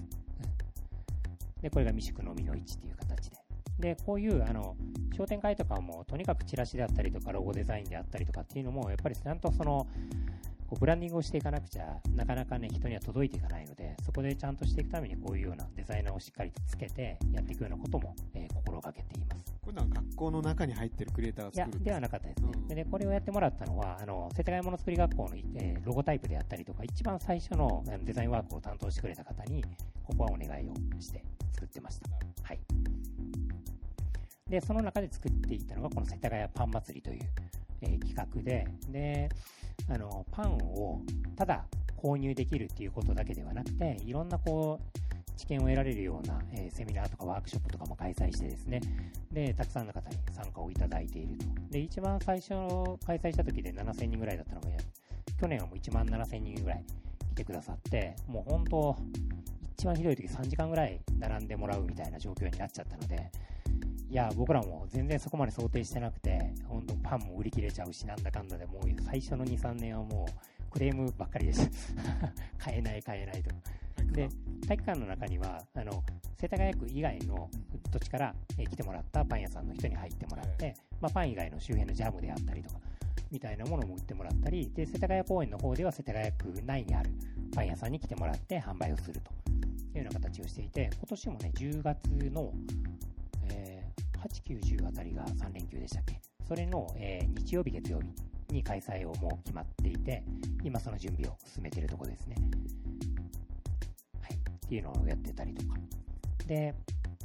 でこれが未宿のみの市っていう形で、でこういうあの商店会とかもとにかくチラシであったりとかロゴデザインであったりとかっていうのもやっぱりちゃんとそのこうブランディングをしていかなくちゃなかなかね人には届いていかないので、そこでちゃんとしていくためにこういうようなデザイナーをしっかりとつけてやっていくようなことも、えー、心がけています。 これは学校の中に入ってるクリエイターが作る？ いやではなかったですね、うん、で、ね、これをやってもらったのはあの世田谷ものづくり学校の、えー、ロゴタイプであったりとか一番最初のデザインワークを担当してくれた方にここはお願いをして作ってました。はい。でその中で作っていったのがこの世田谷パン祭りという、えー、企画で、であのパンをただ購入できるっていうことだけではなくて、いろんなこう知見を得られるような、えー、セミナーとかワークショップとかも開催してですね、でたくさんの方に参加をいただいていると。で一番最初開催した時でななせんにんぐらいだったのが、去年はもういちまんななせんにんぐらい来てくださって、もう本当一番ひどい時さんじかんぐらい並んでもらうみたいな状況になっちゃったので、いや僕らも全然そこまで想定してなくて、本当パンも売り切れちゃうし、なんだかんだでもう最初の にさんねんはもうクレームばっかりです買えない買えないと。で体育館の中にはあの世田谷区以外の土地から、えー、来てもらったパン屋さんの人に入ってもらって、まあ、パン以外の周辺のジャムであったりとかみたいなものも売ってもらったり、で世田谷公園の方では世田谷区内にあるパン屋さんに来てもらって販売をするというような形をしていて、今年もねじゅうがつの、えー、はち、きゅう、じゅうあたりがさんれんきゅうでしたっけ、それの、えー、日曜日月曜日に開催をもう決まっていて、今その準備を進めているところですね。はい、っていうのをやってたりとかで、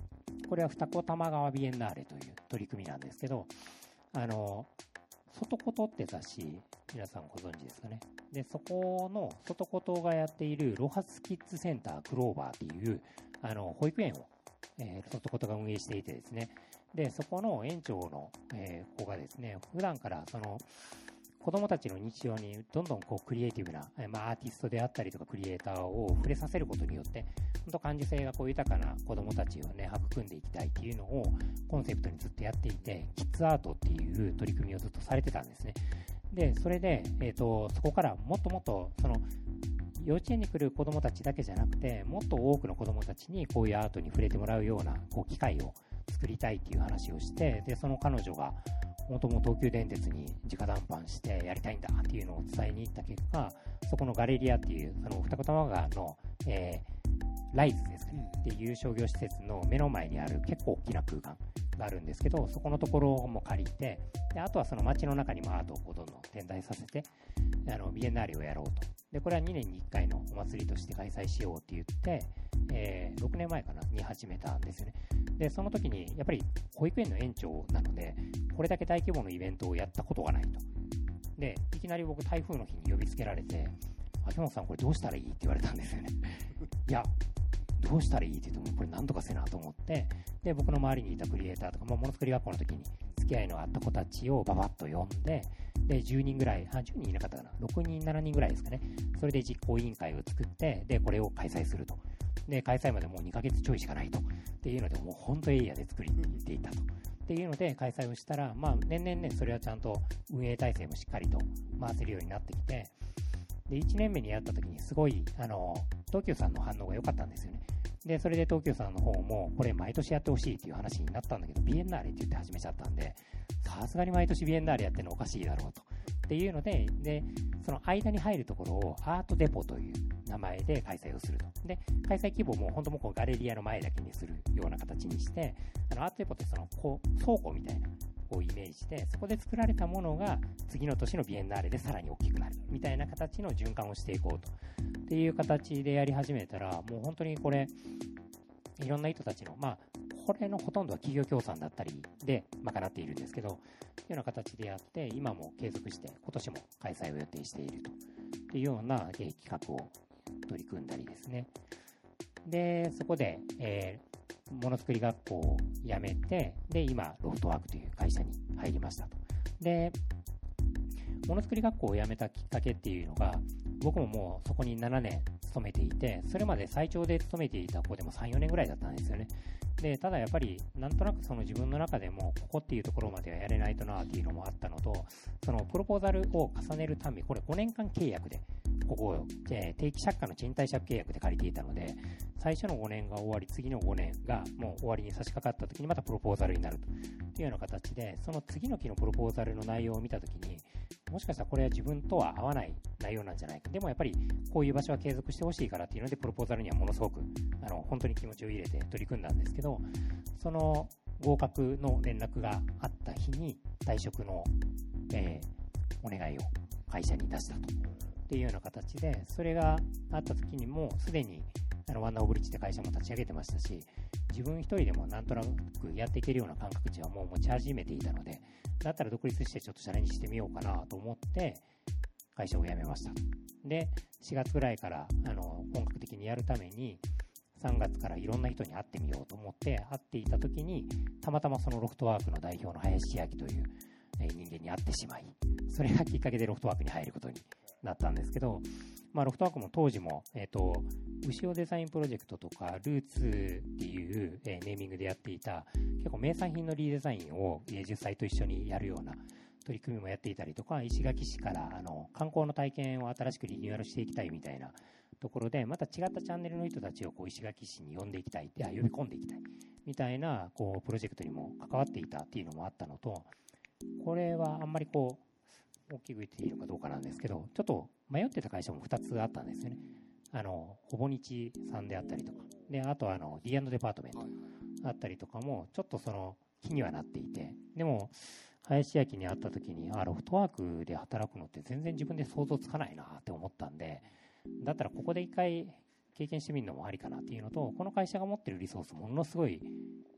これは二子玉川ビエンナーレという取り組みなんですけど、あの外ことって雑誌皆さんご存知ですかね。でそこの外ことがやっているロハスキッズセンタークローバーっていうあの保育園を、えー、外ことが運営していてですね、でそこの園長の、えー、子がですね、普段からその子供たちの日常にどんどんこうクリエイティブな、えーまあ、アーティストであったりとかクリエイターを触れさせることによって本当感受性がこう豊かな子供たちをね育んでいきたいっていうのをコンセプトにずっとやっていて、キッズアートっていう取り組みをずっとされてたんですね。でそれで、えーと、そこからもっともっとその幼稚園に来る子どもたちだけじゃなくて、もっと多くの子どもたちにこういうアートに触れてもらうようなこう機会を作りたいっていう話をして、でその彼女が本当も東急電鉄に直談判してやりたいんだっていうのを伝えに行った結果、そこのガレリアっていうその二子玉川の、えー、ライズですねっていう商業施設の目の前にある結構大きな空間があるんですけど、そこのところも借りて、であとはその街の中にもアートをこうどんどん点在させて、あのビエンナーレをやろうと。でこれはにねんにいっかいのお祭りとして開催しようって言って、えー、ろくねんまえかなに始めたんですよね。でその時にやっぱり保育園の園長なので、これだけ大規模のイベントをやったことがないと。でいきなり僕台風の日に呼びつけられて、秋元さんこれどうしたらいいって言われたんですよね。いやどうしたらいいって言ってもこれなんとかせなと思って、で僕の周りにいたクリエイターとか、まあ、ものづくり学校の時に付き合いのあった子たちをババッと呼んで、でじゅうにんぐらい、あじゅうにんいなかったかな、ろくにんしちにんぐらいですかね。それで実行委員会を作って、でこれを開催すると。で開催までもうにかげつちょいしかないとっていうので、もう本当エリアで作りに行っていたとっていうので開催をしたら、まあ年々ねそれはちゃんと運営体制もしっかりと回せるようになってきて、でいちねんめにやった時にすごいあの東急さんの反応が良かったんですよね。でそれで東急さんの方もこれ毎年やってほしいっていう話になったんだけど、ビエンナーレって言って始めちゃったんで、さすがに毎年ビエンナーレやってるのおかしいだろうとっていうので、でその間に入るところをアートデポという名前で開催をすると。で開催規模も本当もうこうガレリアの前だけにするような形にして、あのアートデポってそのこう倉庫みたいなこうイメージで、そこで作られたものが次の年のビエンナーレでさらに大きくなるみたいな形の循環をしていこうとっていう形でやり始めたら、もう本当にこれいろんな人たちの、まあこれのほとんどは企業協賛だったりで賄っているんですけど、というような形でやって、今も継続して今年も開催を予定しているとっていうような企画を取り組んだりですね。でそこで、えー、ものづくり学校を辞めて、で今ロフトワークという会社に入りましたと。でものづくり学校を辞めたきっかけっていうのが、僕ももうそこにななねん勤めていて、それまで最長で勤めていた子でもさん、よねんぐらいだったんですよね。でただやっぱりなんとなくその自分の中でもここっていうところまではやれないとなっていうのもあったのと、そのプロポーザルを重ねるため、これごねんかん契約でここを、えー、定期借家の賃貸借契約で借りていたので、最初のごねんが終わり、次のごねんがもう終わりに差し掛かった時にまたプロポーザルになるというような形で、その次の期のプロポーザルの内容を見た時に、もしかしたらこれは自分とは合わない内容なんじゃないか、でもやっぱりこういう場所は継続してほしいからっていうので、プロポーザルにはものすごくあの本当に気持ちを入れて取り組んだんですけど、その合格の連絡があった日に退職の、えー、お願いを会社に出したとっていうような形で、それがあった時にもうすでにあのワンダーオブリッジって会社も立ち上げてましたし、自分一人でもなんとなくやっていけるような感覚値はもう持ち始めていたので、だったら独立してちょっとチャレンジしてみようかなと思って会社を辞めました。でしがつぐらいからあの本格的にやるためにさんがつからいろんな人に会ってみようと思って会っていた時に、たまたまそのロフトワークの代表の林千秋という人間に会ってしまい、それがきっかけでロフトワークに入ることになったんですけど、まあ、ロフトワークも当時も、えーと、牛尾デザインプロジェクトとかルーツっていう、えー、ネーミングでやっていた結構名産品のリデザインをじゅっさいと一緒にやるような取り組みもやっていたりとか、石垣市からあの観光の体験を新しくリニューアルしていきたいみたいなところで、また違ったチャンネルの人たちをこう石垣市に呼んでいきたい、いや呼び込んでいきたいみたいなこうプロジェクトにも関わっていたっていうのもあったのと、これはあんまりこう大きく言っていいのかどうかなんですけど、ちょっと迷ってた会社もふたつあったんですよね。あのほぼ日さんであったりとかで、あとあの ディーアンド デパートメントあったりとかもちょっとその気にはなっていて、でも林千秋に会った時に、あロフトワークで働くのって全然自分で想像つかないなって思ったんで、だったらここで一回経験してみるのもありかなっていうのと、この会社が持ってるリソースものすごい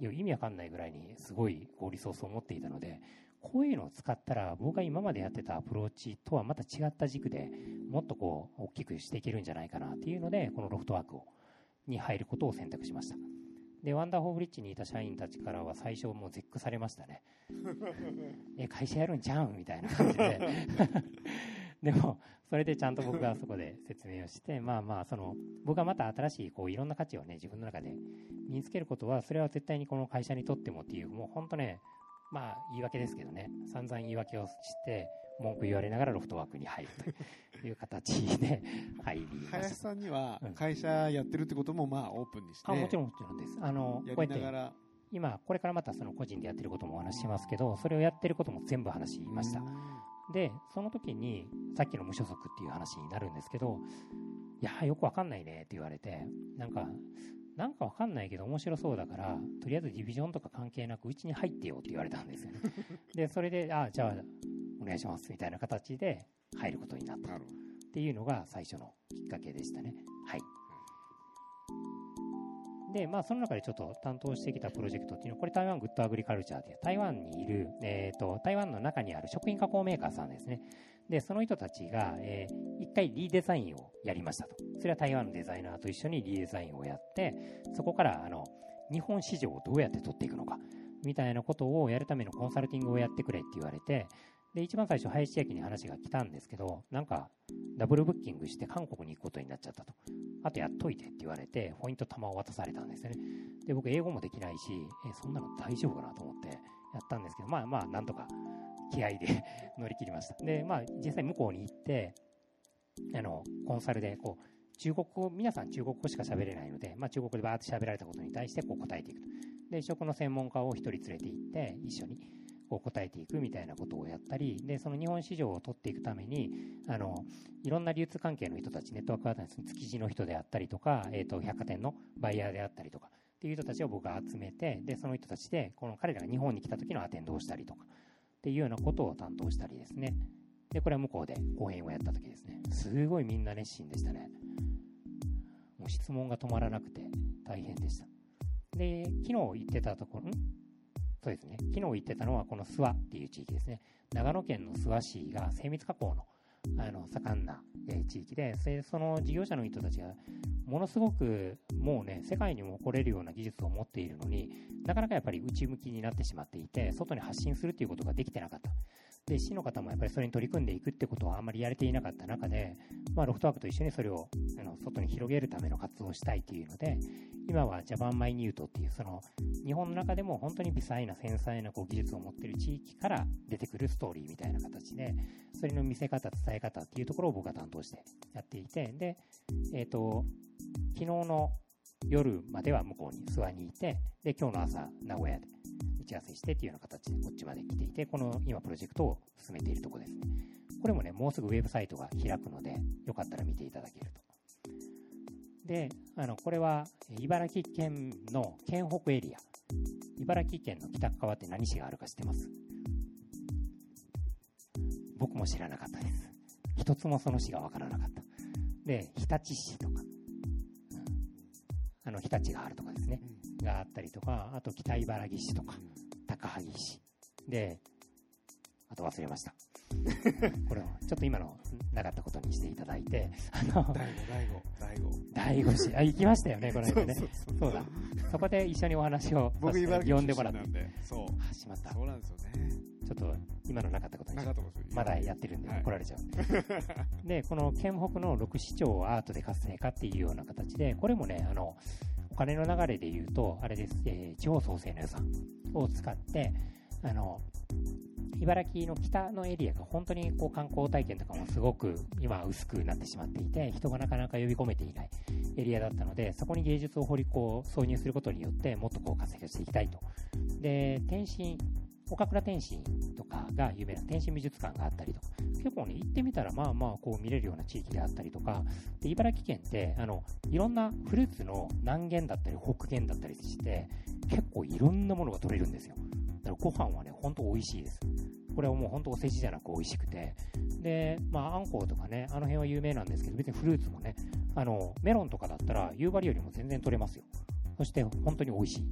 いや意味わかんないぐらいにすごいこうリソースを持っていたので、こういうのを使ったら僕が今までやってたアプローチとはまた違った軸でもっとこう大きくしていけるんじゃないかなっていうので、このロフトワークをに入ることを選択しました。でワンダーフォーブリッジにいた社員たちからは最初もう絶句されましたねえ会社やるんちゃうんみたいな感じででもそれでちゃんと僕がそこで説明をしてまあまあその僕がまた新しいこういろんな価値をね自分の中で身につけることは、それは絶対にこの会社にとってもっていう、もう本当ね、まあ言い訳ですけどね、散々言い訳をして文句言われながらロフトワークに入るという形で入りました。 林さんには会社やってるってこともまあオープンにして、 あもちろんもちろんです。あのやりながら今これからまたその個人でやってることもお話ししますけど、それをやってることも全部話しました。でその時にさっきの無所属っていう話になるんですけど、いやよくわかんないねって言われて、なんかなんかわかんないけど面白そうだからとりあえずディビジョンとか関係なくうちに入ってよって言われたんですよねでそれであじゃあお願いしますみたいな形で入ることになったっていうのが最初のきっかけでしたね。はい。でまあその中でちょっと担当してきたプロジェクトっていうのは、これ台湾グッドアグリカルチャーという台湾にいる、えー、と台湾の中にある食品加工メーカーさんですね。でその人たちが、えー、一回リデザインをやりましたと。それは台湾のデザイナーと一緒にリデザインをやって、そこからあの日本市場をどうやって取っていくのかみたいなことをやるためのコンサルティングをやってくれって言われて、で一番最初林千秋に話が来たんですけど、なんかダブルブッキングして韓国に行くことになっちゃったと。あとやっといてって言われてポイント玉を渡されたんですよね。で僕英語もできないし、えそんなの大丈夫かなと思ってやったんですけど、まあまあなんとか気合で乗り切りました。でまあ実際向こうに行ってあのコンサルでこう中国語、皆さん中国語しか喋れないので、まあ、中国でバーって喋られたことに対してこう答えていくと。で食の専門家を一人連れて行って一緒にこう答えていくみたいなことをやったり、でその日本市場を取っていくためにあのいろんな流通関係の人たち、ネットワークアーティスト、築地の人であったりとか、えー、と百貨店のバイヤーであったりとかっていう人たちを僕が集めて、でその人たちでこの彼らが日本に来た時のアテンドをしたりとかっていうようなことを担当したりですね。でこれは向こうで講演をやった時ですね。すごいみんな熱心でしたね。もう質問が止まらなくて大変でした。で昨日言ってたところんそうですね昨日言ってたのはこの諏訪っていう地域ですね。長野県の諏訪市が精密加工のあの盛んな、えー、地域で、その事業者の人たちがものすごくもうね世界にも誇れるような技術を持っているのに、なかなかやっぱり内向きになってしまっていて、外に発信するということができてなかった。で市の方もやっぱりそれに取り組んでいくってことはあんまりやれていなかった中で、まあ、ロフトワークと一緒にそれをあの外に広げるための活動をしたいというので、今はジャパンマイニュートっていうその日本の中でも本当に微細な繊細なこう技術を持っている地域から出てくるストーリーみたいな形で、それの見せ方伝え方っていうところを僕が担当してやっていて、で、えーと、昨日の夜までは向こうに諏訪にいて、で今日の朝名古屋で打ち合わせしてっていうような形でこっちまで来ていて、この今プロジェクトを進めているところですね。これもねもうすぐウェブサイトが開くのでよかったら見ていただけると。であのこれは茨城県の県北エリア、茨城県の北側って何市があるか知ってます？僕も知らなかったです。一つもその市が分からなかった。で日立市とか、うん、あの日立があるとかですね、うん、があったりとか、あと北茨城市とか、うん、高萩市で、あと忘れましたこれをちょっと今のなかったことにしていただいて、あの大悟大悟大悟市、あ行きましたよねこの間ね。そうそうそうそうだ、そこで一緒にお話を僕茨城呼んでもらって、 そうあしまった、 そうなんですよね。 ちょっと今のなかったことにしてまだやってるんではい、 怒られちゃうんででこの県北のろく市町をアートで活性化っていうような形で、これもねあのお金の流れでいうとあれです、えー、地方創生の予算を使ってあの茨城の北のエリアが本当にこう観光体験とかもすごく今薄くなってしまっていて、人がなかなか呼び込めていないエリアだったので、そこに芸術を掘りこう挿入することによってもっとこう活性化していきたいと。で天津岡倉天心とかが有名な天心美術館があったりとか、結構ね行ってみたらまあまあこう見れるような地域であったりとかで、茨城県ってあのいろんなフルーツの南限だったり北限だったりして結構いろんなものが取れるんですよ。だからご飯はね本当美味しいです。これはもう本当お世辞じゃなく美味しくて、でまああんこうとかねあの辺は有名なんですけど、別にフルーツもねあのメロンとかだったら夕張よりも全然取れますよ。そして本当に美味しい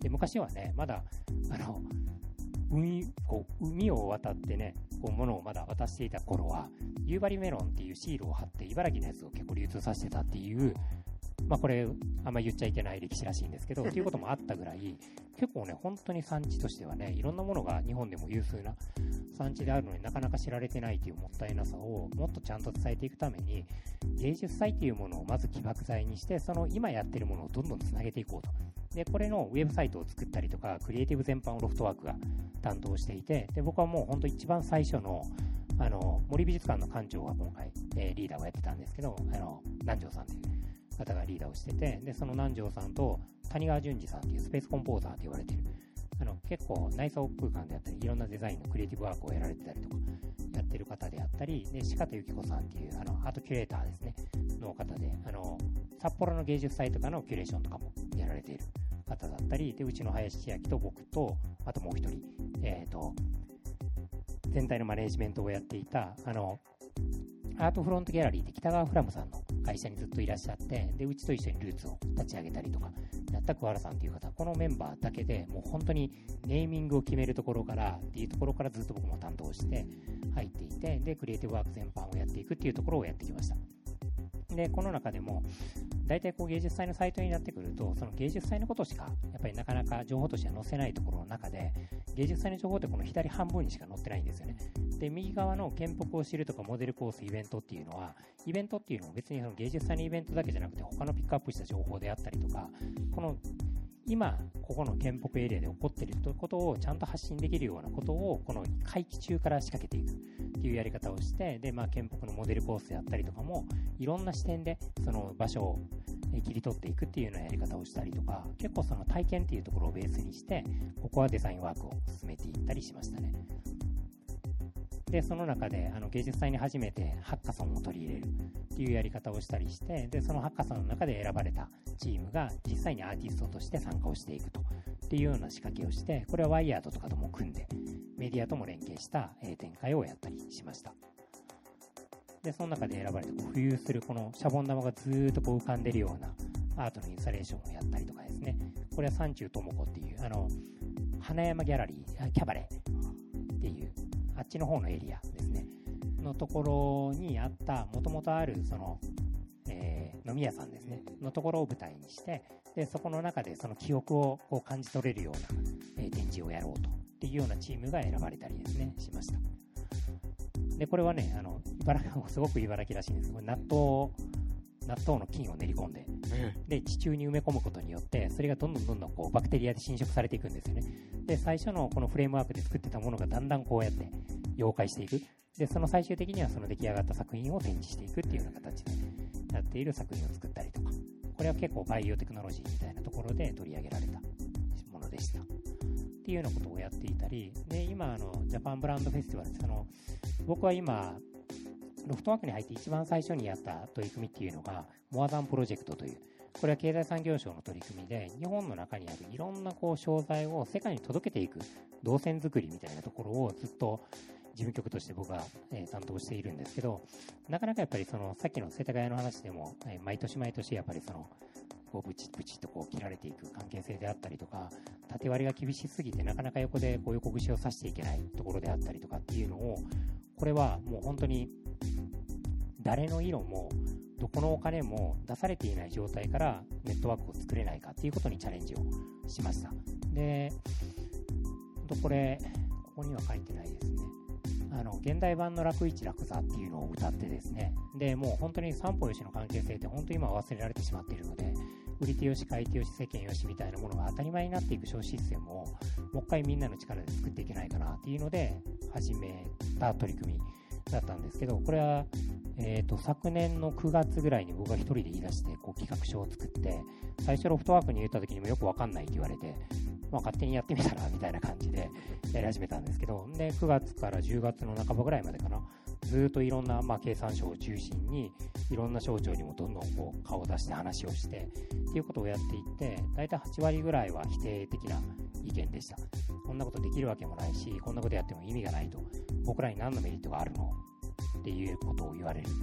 で昔はね、まだあの 海, こう海を渡ってね、こう物をまだ渡していた頃は夕張メロンっていうシールを貼って茨城のやつを結構流通させてたっていう、まあこれあんま言っちゃいけない歴史らしいんですけどっていうこともあったぐらい、結構ね本当に産地としてはね、いろんなものが日本でも有数な産地であるのになかなか知られてないというもったいなさをもっとちゃんと伝えていくために、芸術祭というものをまず起爆剤にして、その今やってるものをどんどんつなげていこうと。でこれのウェブサイトを作ったりとかクリエイティブ全般をロフトワークが担当していて、で僕はもう本当一番最初のあの森美術館の館長が今回、えー、リーダーをやってたんですけど、あの南條さんという方がリーダーをしてて、でその南條さんと谷川淳二さんというスペースコンポーザーと言われている、あの結構内装空間であったりいろんなデザインのクリエイティブワークをやられてたりとかやってる方であったり、で鹿田由紀子さんというあのアートキュレーターですねの方で、あの札幌の芸術祭とかのキュレーションとかもやられている方だったりで、うちの林千秋と僕とあともう一人、えーと全体のマネージメントをやっていたあのアートフロントギャラリーって北川フラムさんの会社にずっといらっしゃって、でうちと一緒にルーツを立ち上げたりとかやった桑原さんという方、このメンバーだけでもう本当にネーミングを決めるところからっていうところからずっと僕も担当して入っていて、でクリエイティブワーク全般をやっていくっていうところをやってきました。でこの中でも大体こう芸術祭のサイトになってくると、その芸術祭のことしかやっぱりなかなか情報としては載せないところの中で、芸術祭の情報ってこの左半分にしか載ってないんですよね。で右側の建北を知るとかモデルコースイベントっていうのは、イベントっていうのも別にその芸術祭のイベントだけじゃなくて他のピックアップした情報であったりとか、この今ここの建北エリアで起こっていることをちゃんと発信できるようなことをこの会期中から仕掛けていくっていうやり方をして、でまあ建北のモデルコースであったりとかもいろんな視点でその場所を切り取っていくっていうようなやり方をしたりとか、結構その体験っていうところをベースにしてここはデザインワークを進めていったりしましたね。でその中であの芸術祭に初めてハッカソンを取り入れるっていうやり方をしたりして、でそのハッカソンの中で選ばれたチームが実際にアーティストとして参加をしていくとっていうような仕掛けをして、これはワイヤードとかとも組んでメディアとも連携した展開をやったりしました。でその中で選ばれてこう浮遊するこのシャボン玉がずーっとこう浮かんでるようなアートのインスタレーションをやったりとかですね、これは山中智子っていうあの花山ギャラリーキャバレーっていうあっちの方のエリアですねのところにあったもともとあるその、えー、飲み屋さんですねのところを舞台にして、でそこの中でその記憶をこう感じ取れるような、えー、展示をやろうとっていうようなチームが選ばれたりですねしました。でこれはねあの茨城すごく茨城らしいんですけど、納豆納豆の菌を練り込んで、で地中に埋め込むことによってそれがどんどんどんどんこうバクテリアで侵食されていくんですよね。で最初のこのフレームワークで作ってたものがだんだんこうやって溶解していく。でその最終的にはその出来上がった作品を展示していくっていうような形でやっている作品を作ったりとか、これは結構バイオテクノロジーみたいなところで取り上げられたものでしたっていうようなことをやっていたり、で今あのジャパンブランドフェスティバル、その僕は今ロフトワークに入って一番最初にやった取り組みっていうのがモアザンプロジェクトという、これは経済産業省の取り組みで日本の中にあるいろんなこう商材を世界に届けていく動線作りみたいなところをずっと事務局として僕は、えー、担当しているんですけど、なかなかやっぱりそのさっきの世田谷の話でも、えー、毎年毎年やっぱりそのこうブチブチとこう切られていく関係性であったりとか、縦割りが厳しすぎてなかなか横でこう横串を刺していけないところであったりとかっていうのを、これはもう本当に誰の色もどこのお金も出されていない状態からネットワークを作れないかっていうことにチャレンジをしました。で、これここには書いてないですね。あの現代版の楽一楽座っていうのを歌ってですね、でもう本当に三方よしの関係性って本当に今忘れられてしまっているので、売り手よし買い手よし世間よしみたいなものが当たり前になっていく消費システムをもう一回みんなの力で作っていけないかなっていうので始めた取り組みだったんですけど、これは、えーと、昨年のくがつぐらいに僕が一人で言い出してこう企画書を作って、最初ロフトワークに言った時にもよくわかんないって言われて、まあ、勝手にやってみたらみたいな感じでやり始めたんですけど、でくがつからじゅうがつの半ばぐらいまでかな、ずっといろんな、まあ、経産省を中心にいろんな省庁にもどんどんこう顔を出して話をしてっていうことをやっていって、だいたいはちわりぐらいは否定的な意見でした。こんなことできるわけもないし、こんなことやっても意味がないと、僕らに何のメリットがあるのっていうことを言われるっ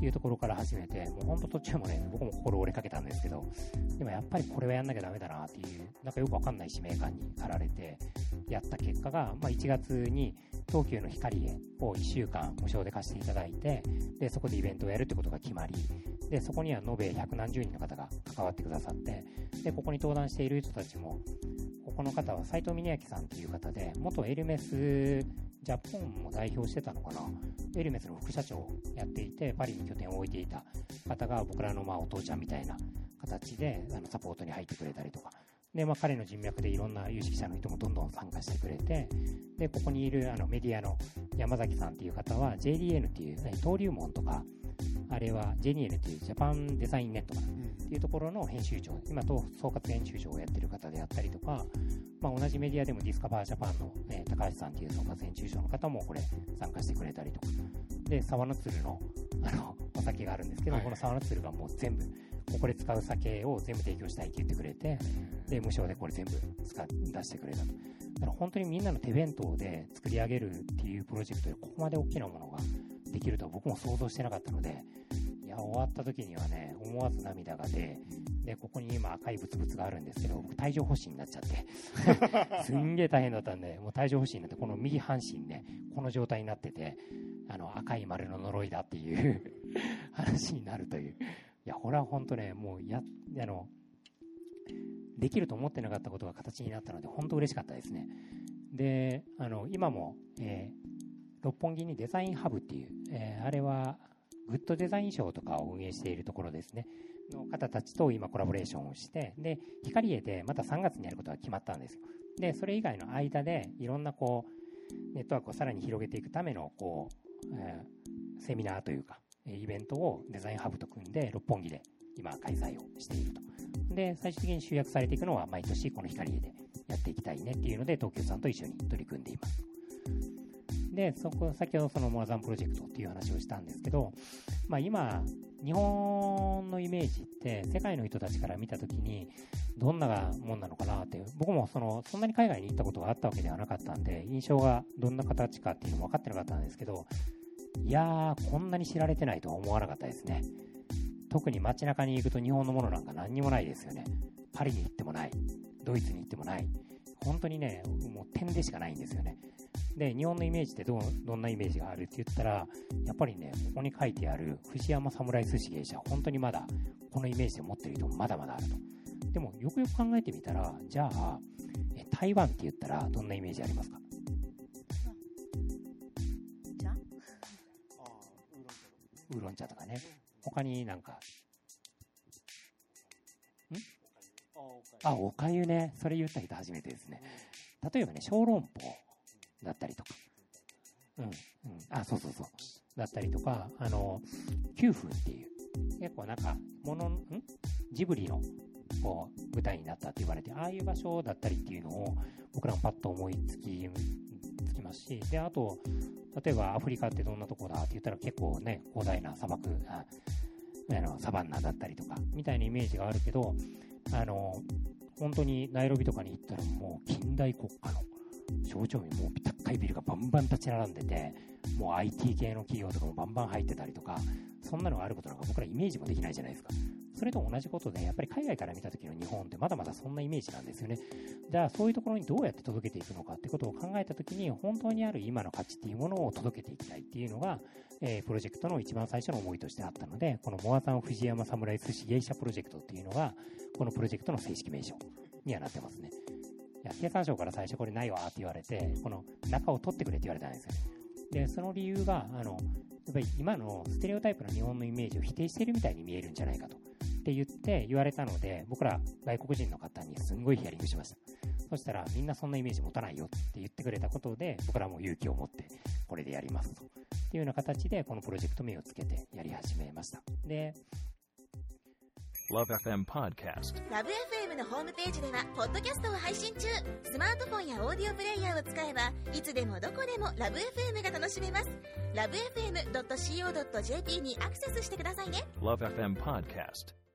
っていうところから始めて、もう本当途中もね、僕も心折れかけたんですけど、でもやっぱりこれはやんなきゃダメだなっていう、なんかよくわかんない使命感に駆られてやった結果が、まあ、いちがつに東急のヒカリエをいっしゅうかん無償で貸していただいて、でそこでイベントをやるってことが決まり、でそこには延べひゃくなんじゅうにんの方が関わってくださって、でここに登壇している人たちも、ここの方は斉藤峰明さんっていう方で、元エルメスジャポンも代表してたのかな、エルメスの副社長をやっていて、パリに拠点を置いていた方が僕らのまあお父ちゃんみたいな形であのサポートに入ってくれたりとかで、まあ、彼の人脈でいろんな有識者の人もどんどん参加してくれて、でここにいるあのメディアの山崎さんっていう方は ジェイディーエヌ っていう、ね、登竜門とか、あれは ジェイディーエヌ っていうジャパンデザインネットかなっていうところの編集長、今と総括編集長をやってる方であったりとか、まあ、同じメディアでもディスカバージャパンの、ね、高橋さんっていう総括編集長の方もこれ参加してくれたりとかで、沢の鶴のあのお酒があるんですけど、はい、この沢の鶴がもう全部ここで使う酒を全部提供したいって言ってくれて、で無償でこれ全部使出してくれたと。だから本当にみんなの手弁当で作り上げるっていうプロジェクトでここまで大きなものができるとは僕も想像してなかったので、いや終わった時にはね、思わず涙が出、でここに今赤いブツブツがあるんですけど、僕帯状疱疹になっちゃってすんげえ大変だったんで、もう帯状疱疹になって、この右半身ねこの状態になってて、あの赤い丸の呪いだっていう話になるという。いやこれは本当ね、もうやあのできると思ってなかったことが形になったので本当嬉しかったですね。であの今も、えー、六本木にデザインハブっていう、えー、あれはグッドデザイン賞とかを運営しているところですねの方たちと今コラボレーションをして、でヒカリエでまたさんがつにやることが決まったんですよ。でそれ以外の間でいろんなこうネットワークをさらに広げていくためのこう、えー、セミナーというかイベントをデザインハブと組んで六本木で今開催をしていると。で最終的に集約されていくのは毎年このヒカリエでやっていきたいねっていうので東急さんと一緒に取り組んでいます。でそこ先ほどそのモアザンプロジェクトっていう話をしたんですけど、まあ、今日本のイメージって世界の人たちから見たときにどんなもんなのかなって、僕もそのそんなに海外に行ったことがあったわけではなかったんで印象がどんな形かっていうのも分かってなかったんですけど、いやーこんなに知られてないとは思わなかったですね。特に街中に行くと日本のものなんか何にもないですよね。パリに行ってもない、ドイツに行ってもない、本当にねもう点でしかないんですよね。で日本のイメージってどうどんなイメージがあるって言ったら、やっぱりねここに書いてある藤山サムライ寿司芸者、本当にまだこのイメージで持ってる人もまだまだあると。でもよくよく考えてみたら、じゃあえ台湾って言ったらどんなイメージありますか？ウーロン茶とかね。他になんかんあ、おかゆね。それ言った人初めてですね。例えばね、小籠包だったりとか、うん、うん、あ、そうそうそう、だったりとか、あの、きゅうふんっていう、結構なんか、もの、んジブリの、こう、舞台になったって言われて、ああいう場所だったりっていうのを、僕らもパッと思いつき、つきますし、で、あと、例えばアフリカってどんなとこだって言ったら結構ね、広大な砂漠、ああのサバンナだったりとか、みたいなイメージがあるけど、あの、本当にナイロビとかに行ったらもう近代国家の象徴にもう高いビルがバンバン立ち並んでて、もう アイティー 系の企業とかもバンバン入ってたりとか、そんなのがあることなんか僕らイメージもできないじゃないですか。それと同じことで、やっぱり海外から見た時の日本ってまだまだそんなイメージなんですよね。じゃあそういうところにどうやって届けていくのかってことを考えた時に、本当にある今の価値っていうものを届けていきたいっていうのが、えー、プロジェクトの一番最初の思いとしてあったので、このモアザン藤山サムライ寿司芸者プロジェクトっていうのがこのプロジェクトの正式名称にはなってますね。いや経産省から最初これないわって言われて、この中を取ってくれって言われたんですよ。でその理由があのやっぱり今のステレオタイプの日本のイメージを否定しているみたいに見えるんじゃないかとって言って言われたので、僕ら外国人の方にすんごいヒアリングしました。そしたらみんなそんなイメージ持たないよって言ってくれたことで、僕らも勇気を持ってこれでやりますとっていうような形でこのプロジェクト名をつけてやり始めました。でラブ エフエム Podcast。 ラブ エフエム のホームページではポッドキャストを配信中。スマートフォンやオーディオプレイヤーを使えばいつでもどこでもラブ エフエム が楽しめます。ラブ エフエムドットシーオードットジェーピー にアクセスしてくださいね。 ラブ エフエム Podcast。